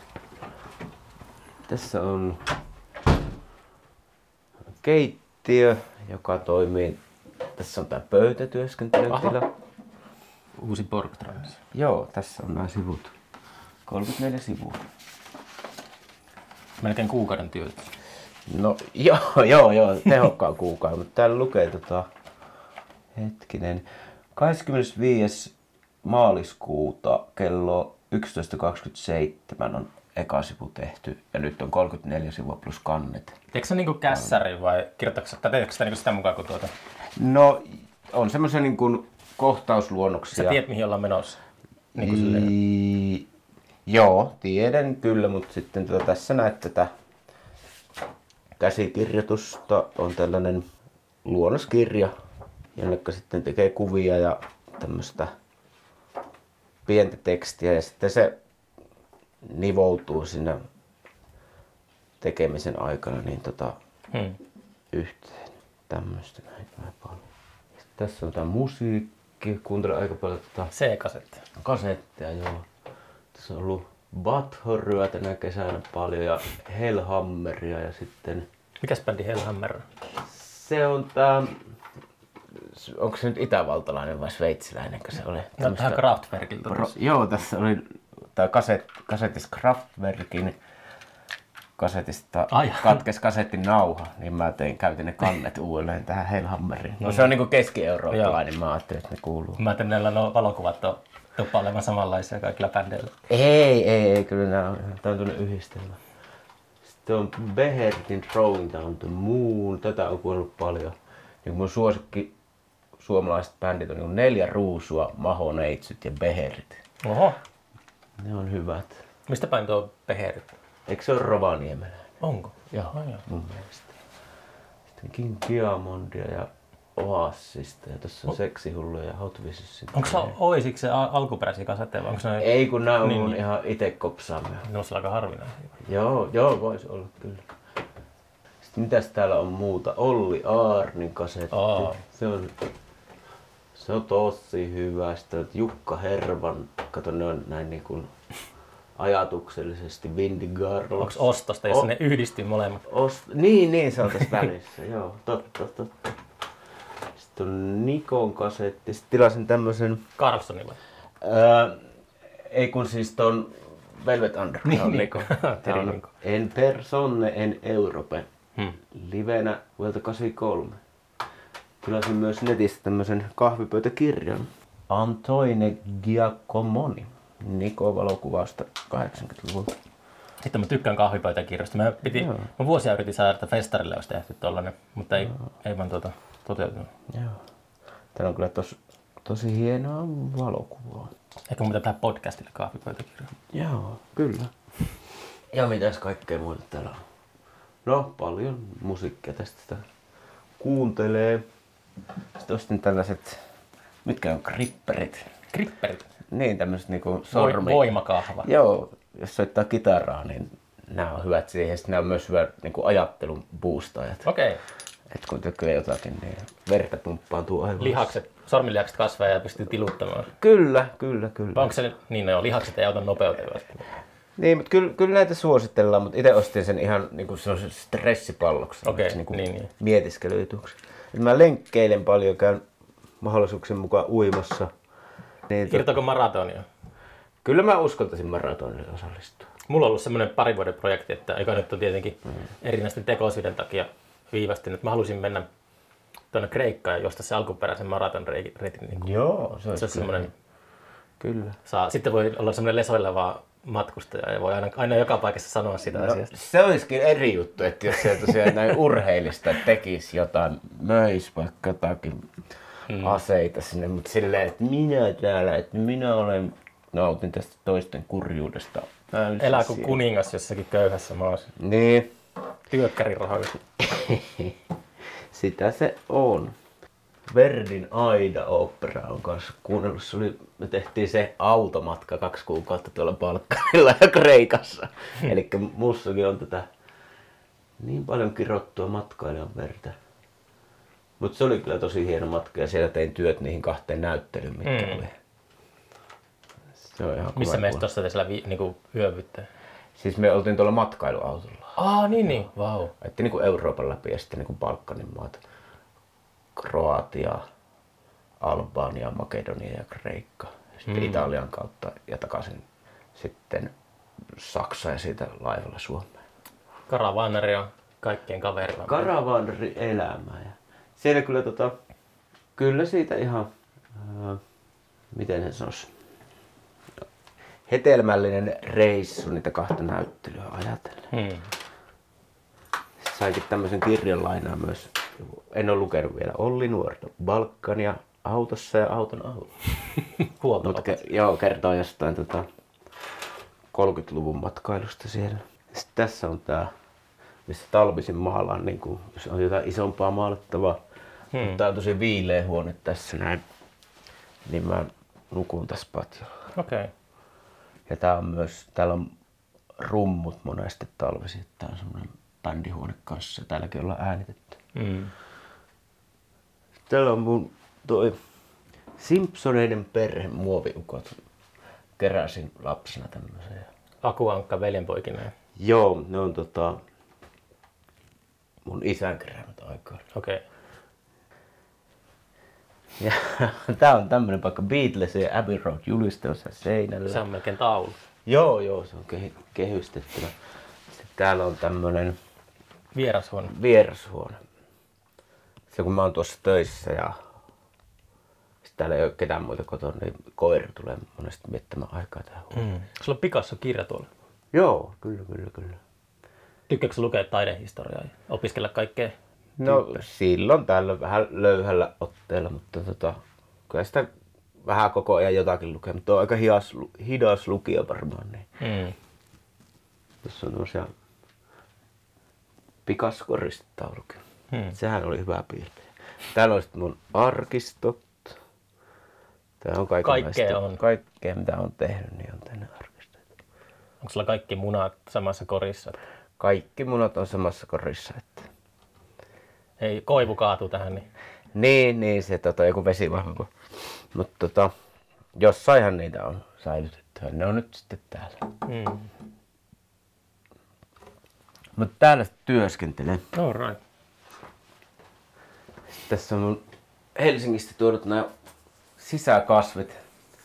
Tässä on keittiö, joka toimii Tässä on tää pöytätyöskentelyn Uusi Borgtrans. Joo, tässä on nämä sivut. kolmekymmentäneljä sivua. Melkein kuukauden työt. No joo, joo, joo, tehokkaan kuukauden, mutta täällä lukee tota, hetkinen, kahdeskymmenesviides maaliskuuta kello yksitoista kaksikymmentäseitsemän on eka sivu tehty ja nyt on kolmekymmentäneljä sivua plus kannet. Teekö sä niinku kässäri vai kirjoitatko tai teetkö sitä niinku sitä mukaan kuin tuota? No on semmoisia niin kuin kohtausluonnoksia. Sä tiedät mihin ollaan menossa? Niin kuin silleen. I... Joo, tiedän kyllä, mutta sitten tuota, tässä näet tätä käsikirjoitusta. On tällainen luonnoskirja, jonne sitten tekee kuvia ja tämmöistä pientä tekstiä ja sitten se nivoutuu siinä tekemisen aikana niin tota, Hmm. yhteen. Tämmöistä näin vähän paljon. Sitten tässä on tää musiikki, kuuntelen aika paljon tota C-kasetti. kasetteja, joo. Tässä on ollut Butthorryä tänä kesänä paljon ja Hellhammeria ja sitten Mikäs bändi Hellhammer? se on tää, onko se nyt itävaltalainen vai sveitsiläinen, se oli? No, tähän Kraftwerkiltä. Pro, joo, tässä oli tää kaset, kasetista Kraftwerkin kasetista Ai. katkes kasetin nauha, niin mä tein, käytin ne kannet uudelleen tähän Hellhammeriin. No se on niinku keski-eurooppalainen, mä ajattelin, että ne kuuluu. Mä ajattelin, että näillä valokuvat on tuppa olemaan samanlaisia kaikilla bändeillä. Ei, ei, ei, kyllä nää on, tää on tuonne yhdistelmä. Sitten on Behertin Throwing Down the Moon, tätä on kuunnellut paljon. Niin mun suosikki suomalaiset bändit on niin Neljä Ruusua, Mahoneitsyt ja Beherit. Oho. Ne on hyvät. Mistä päin tuo Beherit? Eikö se ole Rovaniemeläinen? Onko? Joo, Oh, joo. mun mielestä. Sitten King Diamondia ja Oasista ja tossa on Seksihulluja ja Hot Wheelsin. Onko se Oisiksi se al- alkuperäisiä kasetteja vai onko ne... Ei kun nää on Niin, mun niin. ihan ite kopsaamia. Ne on aika harvinaisia. Joo, joo, voisi olla kyllä. Sitten mitäs täällä on muuta? Olli Aarnin kasetti. Aa. Se on, se on tosi hyvä. Sitten on Jukka Hervan. Kato, ne on näin niin kuin ajatuksellisesti Windy Garlox. Onko ostosta, jos O- ne yhdistyy molemmat? Ost- niin, niin, se on tässä välissä. Joo, totta, totta. Sitten on Nikon kasetti. Sitten tilasin tämmösen... Carlsonilla. Öö, ei kun siis ton Velvet Underground Niin, Nikon. niin. Tää on Nikon. En Persone, En Europe. Hmm. Livenä vuodelta kahdeksankymmentäkolme. Tilasin myös netistä tämmösen kahvipöytäkirjan. Antoine Giacomoni. Nikon valokuvasta kahdeksankymmentäluvulta. Sitten mä tykkään kahvipöytäkirjasta. Mä, piti, Joo. mä vuosia yritin saada, että festarille olisi tehty tollanen, mutta ei, ei vaan tuota, toteutunut. Joo. Täällä on kyllä tos, tosi hienoa valokuvaa. Ehkä mun pitää tehdä podcastille kahvipöytäkirja. Joo, kyllä. Ja mitäs kaikkea muuta täällä on? No, paljon musiikkia tästä sitä kuuntelee. Sitten ostin tällaiset, mitkä on gripperit. Gripperit. Niin, tämmöset niinku Voi, sormi. voimakahva. Joo, jos soittaa kitaraa, niin nämä on hyvät siihen. Sitten nämä on myös hyvät niinku ajattelun boostajat. Okei. Et kun tekee jotakin, niin verta pumppaantuu aivoissa. Lihakset, sormilihakset kasvaa ja pystyy tiluttamaan. Kyllä, kyllä, kyllä. Vai onko se, niin ne on lihakset ei auta nopeuteen välttämättä. Niin, mutta kyllä, kyllä näitä suositellaan, mutta itse ostin sen ihan niinku sellaisen stressipalloksi. Okei, niinku niin, niin. Mietiskelyjutuksi. Mä lenkkeilen paljon, käyn mahdollisuuksien mukaan uimassa. Niin, to, Irtoako maratonia? kyllä mä uskaltaisin maratonille osallistua. Mulla on ollut semmoinen parin vuoden projekti, että joka nyt on tietenkin mm. erinäisten tekosyiden takia viivästynyt. Mä halusin mennä tuonne Kreikkaan ja juosta se alkuperäisen maratonreitin. Niin Joo, se se olisi semmoinen, Kyllä. saa, sitten voi olla semmoinen lesoileva matkustaja ja voi aina, aina joka paikassa sanoa sitä No, asiasta. se olisikin eri juttu, että jos se tosiaan näin urheilista tekisi jotain, möis vaikka jotakin mm. aseita sinne, mutta silleen, että minä täällä, että minä olen, nautin tästä toisten kurjuudesta. Elää kuin kuningas jossakin köyhässä maassa. Niin, Työkkärirahoilla. sitä se on. Verdin Aida-opera on kanssa kuunnellut. Se oli, me tehtiin se automatka kaksi kuukautta tuolla Balkanilla ja Kreikassa. Eli mussakin on tätä niin paljon kirottua matkailijan verta. Mutta se oli kyllä tosi hieno matka ja siellä tein työt niihin kahteen näyttelyyn, mitkä Mm. oli. Se on ihan Missä kova meistä kuulla. tuossa teillä vi, niinku yövytte? Siis me oltiin tuolla matkailuautolla. Aa, niin niin. Vau. Ajettiin niinku Euroopan läpi ja sitten niinku Balkanin maat. Kroatia, Albania, Makedonia ja Kreikka. Sitten Mm. Italian kautta ja takaisin sitten Saksa ja siitä laivalla Suomeen. Karavaneri on kaikkien kaveri. Karavaneri elämä. Ja siellä kyllä tota, kyllä siitä ihan, ää, miten sen sanoisi, hetelmällinen reissu niitä kahta näyttelyä ajatellen. Hmm. Saikin tämmöisen kirjan lainaa myös, en ole lukenut vielä, Olli Nuorto, Balkania autossa ja auton alla. Huolta. Mut ke, joo, kertoo jostain tota, kolmekymmentäluvun matkailusta siellä. Sitten tässä on tää, missä talvisin maalaan, niin kun, jos on jotain isompaa maalattavaa. Hmm. Tää on tosi viileä huone tässä näin, niin mä nukun tässä patjolla. Okei. Okay. Ja tää on myös, täällä on rummut monesti talvisin. Tää on semmonen bändihuone kanssa. Täälläkin ollaan äänitetty. Mm. Täällä on mun toi Simpsoneiden perhe muoviukot. Keräsin lapsena tämmösen. Akuankka veljenpoikineen. Joo, ne on tota mun isän keräämät aikaan. Okei. Okay. Ja tää on tämmönen paikka Beatles ja Abbey Road juliste on siellä seinällä. Se on melkein taulu. Joo, joo, se on ke- kehystettynä. Sitten täällä on tämmönen Vierashuone. vierashuone. Se kun mä oon tuossa töissä ja sit täällä ei ole ketään muita kotona, niin koira tulee monesti miettämään aikaa tähän huoneeseen. Mm. Sulla on Picasso-kirja tuolla. Joo, kyllä, kyllä, kyllä. Tykkääkö sä lukea taidehistoriaa ja opiskella kaikkea? No silloin tällöin vähän löyhällä otteella, mutta tota, kyllä sitä vähän koko ajan jotakin lukee, mutta on aika hidas, hidas lukija varmaan. Niin. Mm. Tässä on tosiaan Picasso-koristetaulukin. Hmm. Sehän oli hyvä piirtein. Täällä on sitten mun arkistot. Tää on Kaikkea on. Kaikkea mitä on tehnyt, niin on tänne arkistot. Onko sulla kaikki munat samassa korissa? Kaikki munat on samassa korissa. Että... Ei koivu kaatu tähän, niin Niin, niin se tota, joku vesivahko. Mutta tota, jossainhan niitä on säilytetty. Ne on nyt sitten täällä. mm. Mutta täällä sitten työskentelen. All right. Tässä on mun Helsingistä tuodut nämä sisäkasvit.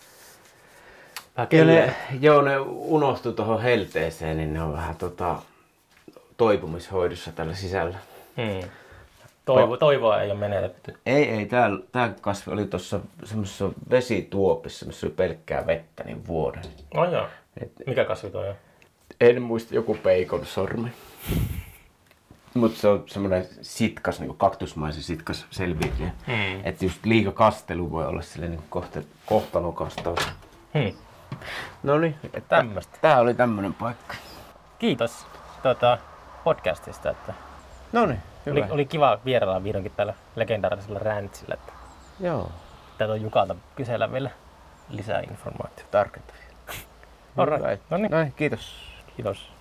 Ja ne, joo, ne unohtui tuohon helteeseen, niin ne on vähän tota, toipumishoidossa tällä sisällä. Hmm. Toivo, toivoa ei ole menetetty. Ei, ei. Tää, tää kasvi oli tuossa semmoisessa vesituopissa, missä oli pelkkää vettä, niin vuoden. Oh, joo. Et, Mikä kasvi toi on? en muista, joku peikon sormi. Mutta se on semmoinen sitkas, niin kaktusmaisen sitkas selviytyjä. Hmm. Että just liika kastelu voi olla silleen niin kohta, kohtalokastaus. Hmm. No niin, Tämmöstä. tää oli tämmönen paikka. Kiitos tuota, podcastista. Että No niin, oli, hyvä. oli kiva vierailla vihdoinkin täällä legendaarisella Rantsillä. Että Joo, tätä on Jukalta kysellä vielä lisää informaatiota. tarkentavia. All right. Hyvä. No niin. Noin, kiitos. Kiitos.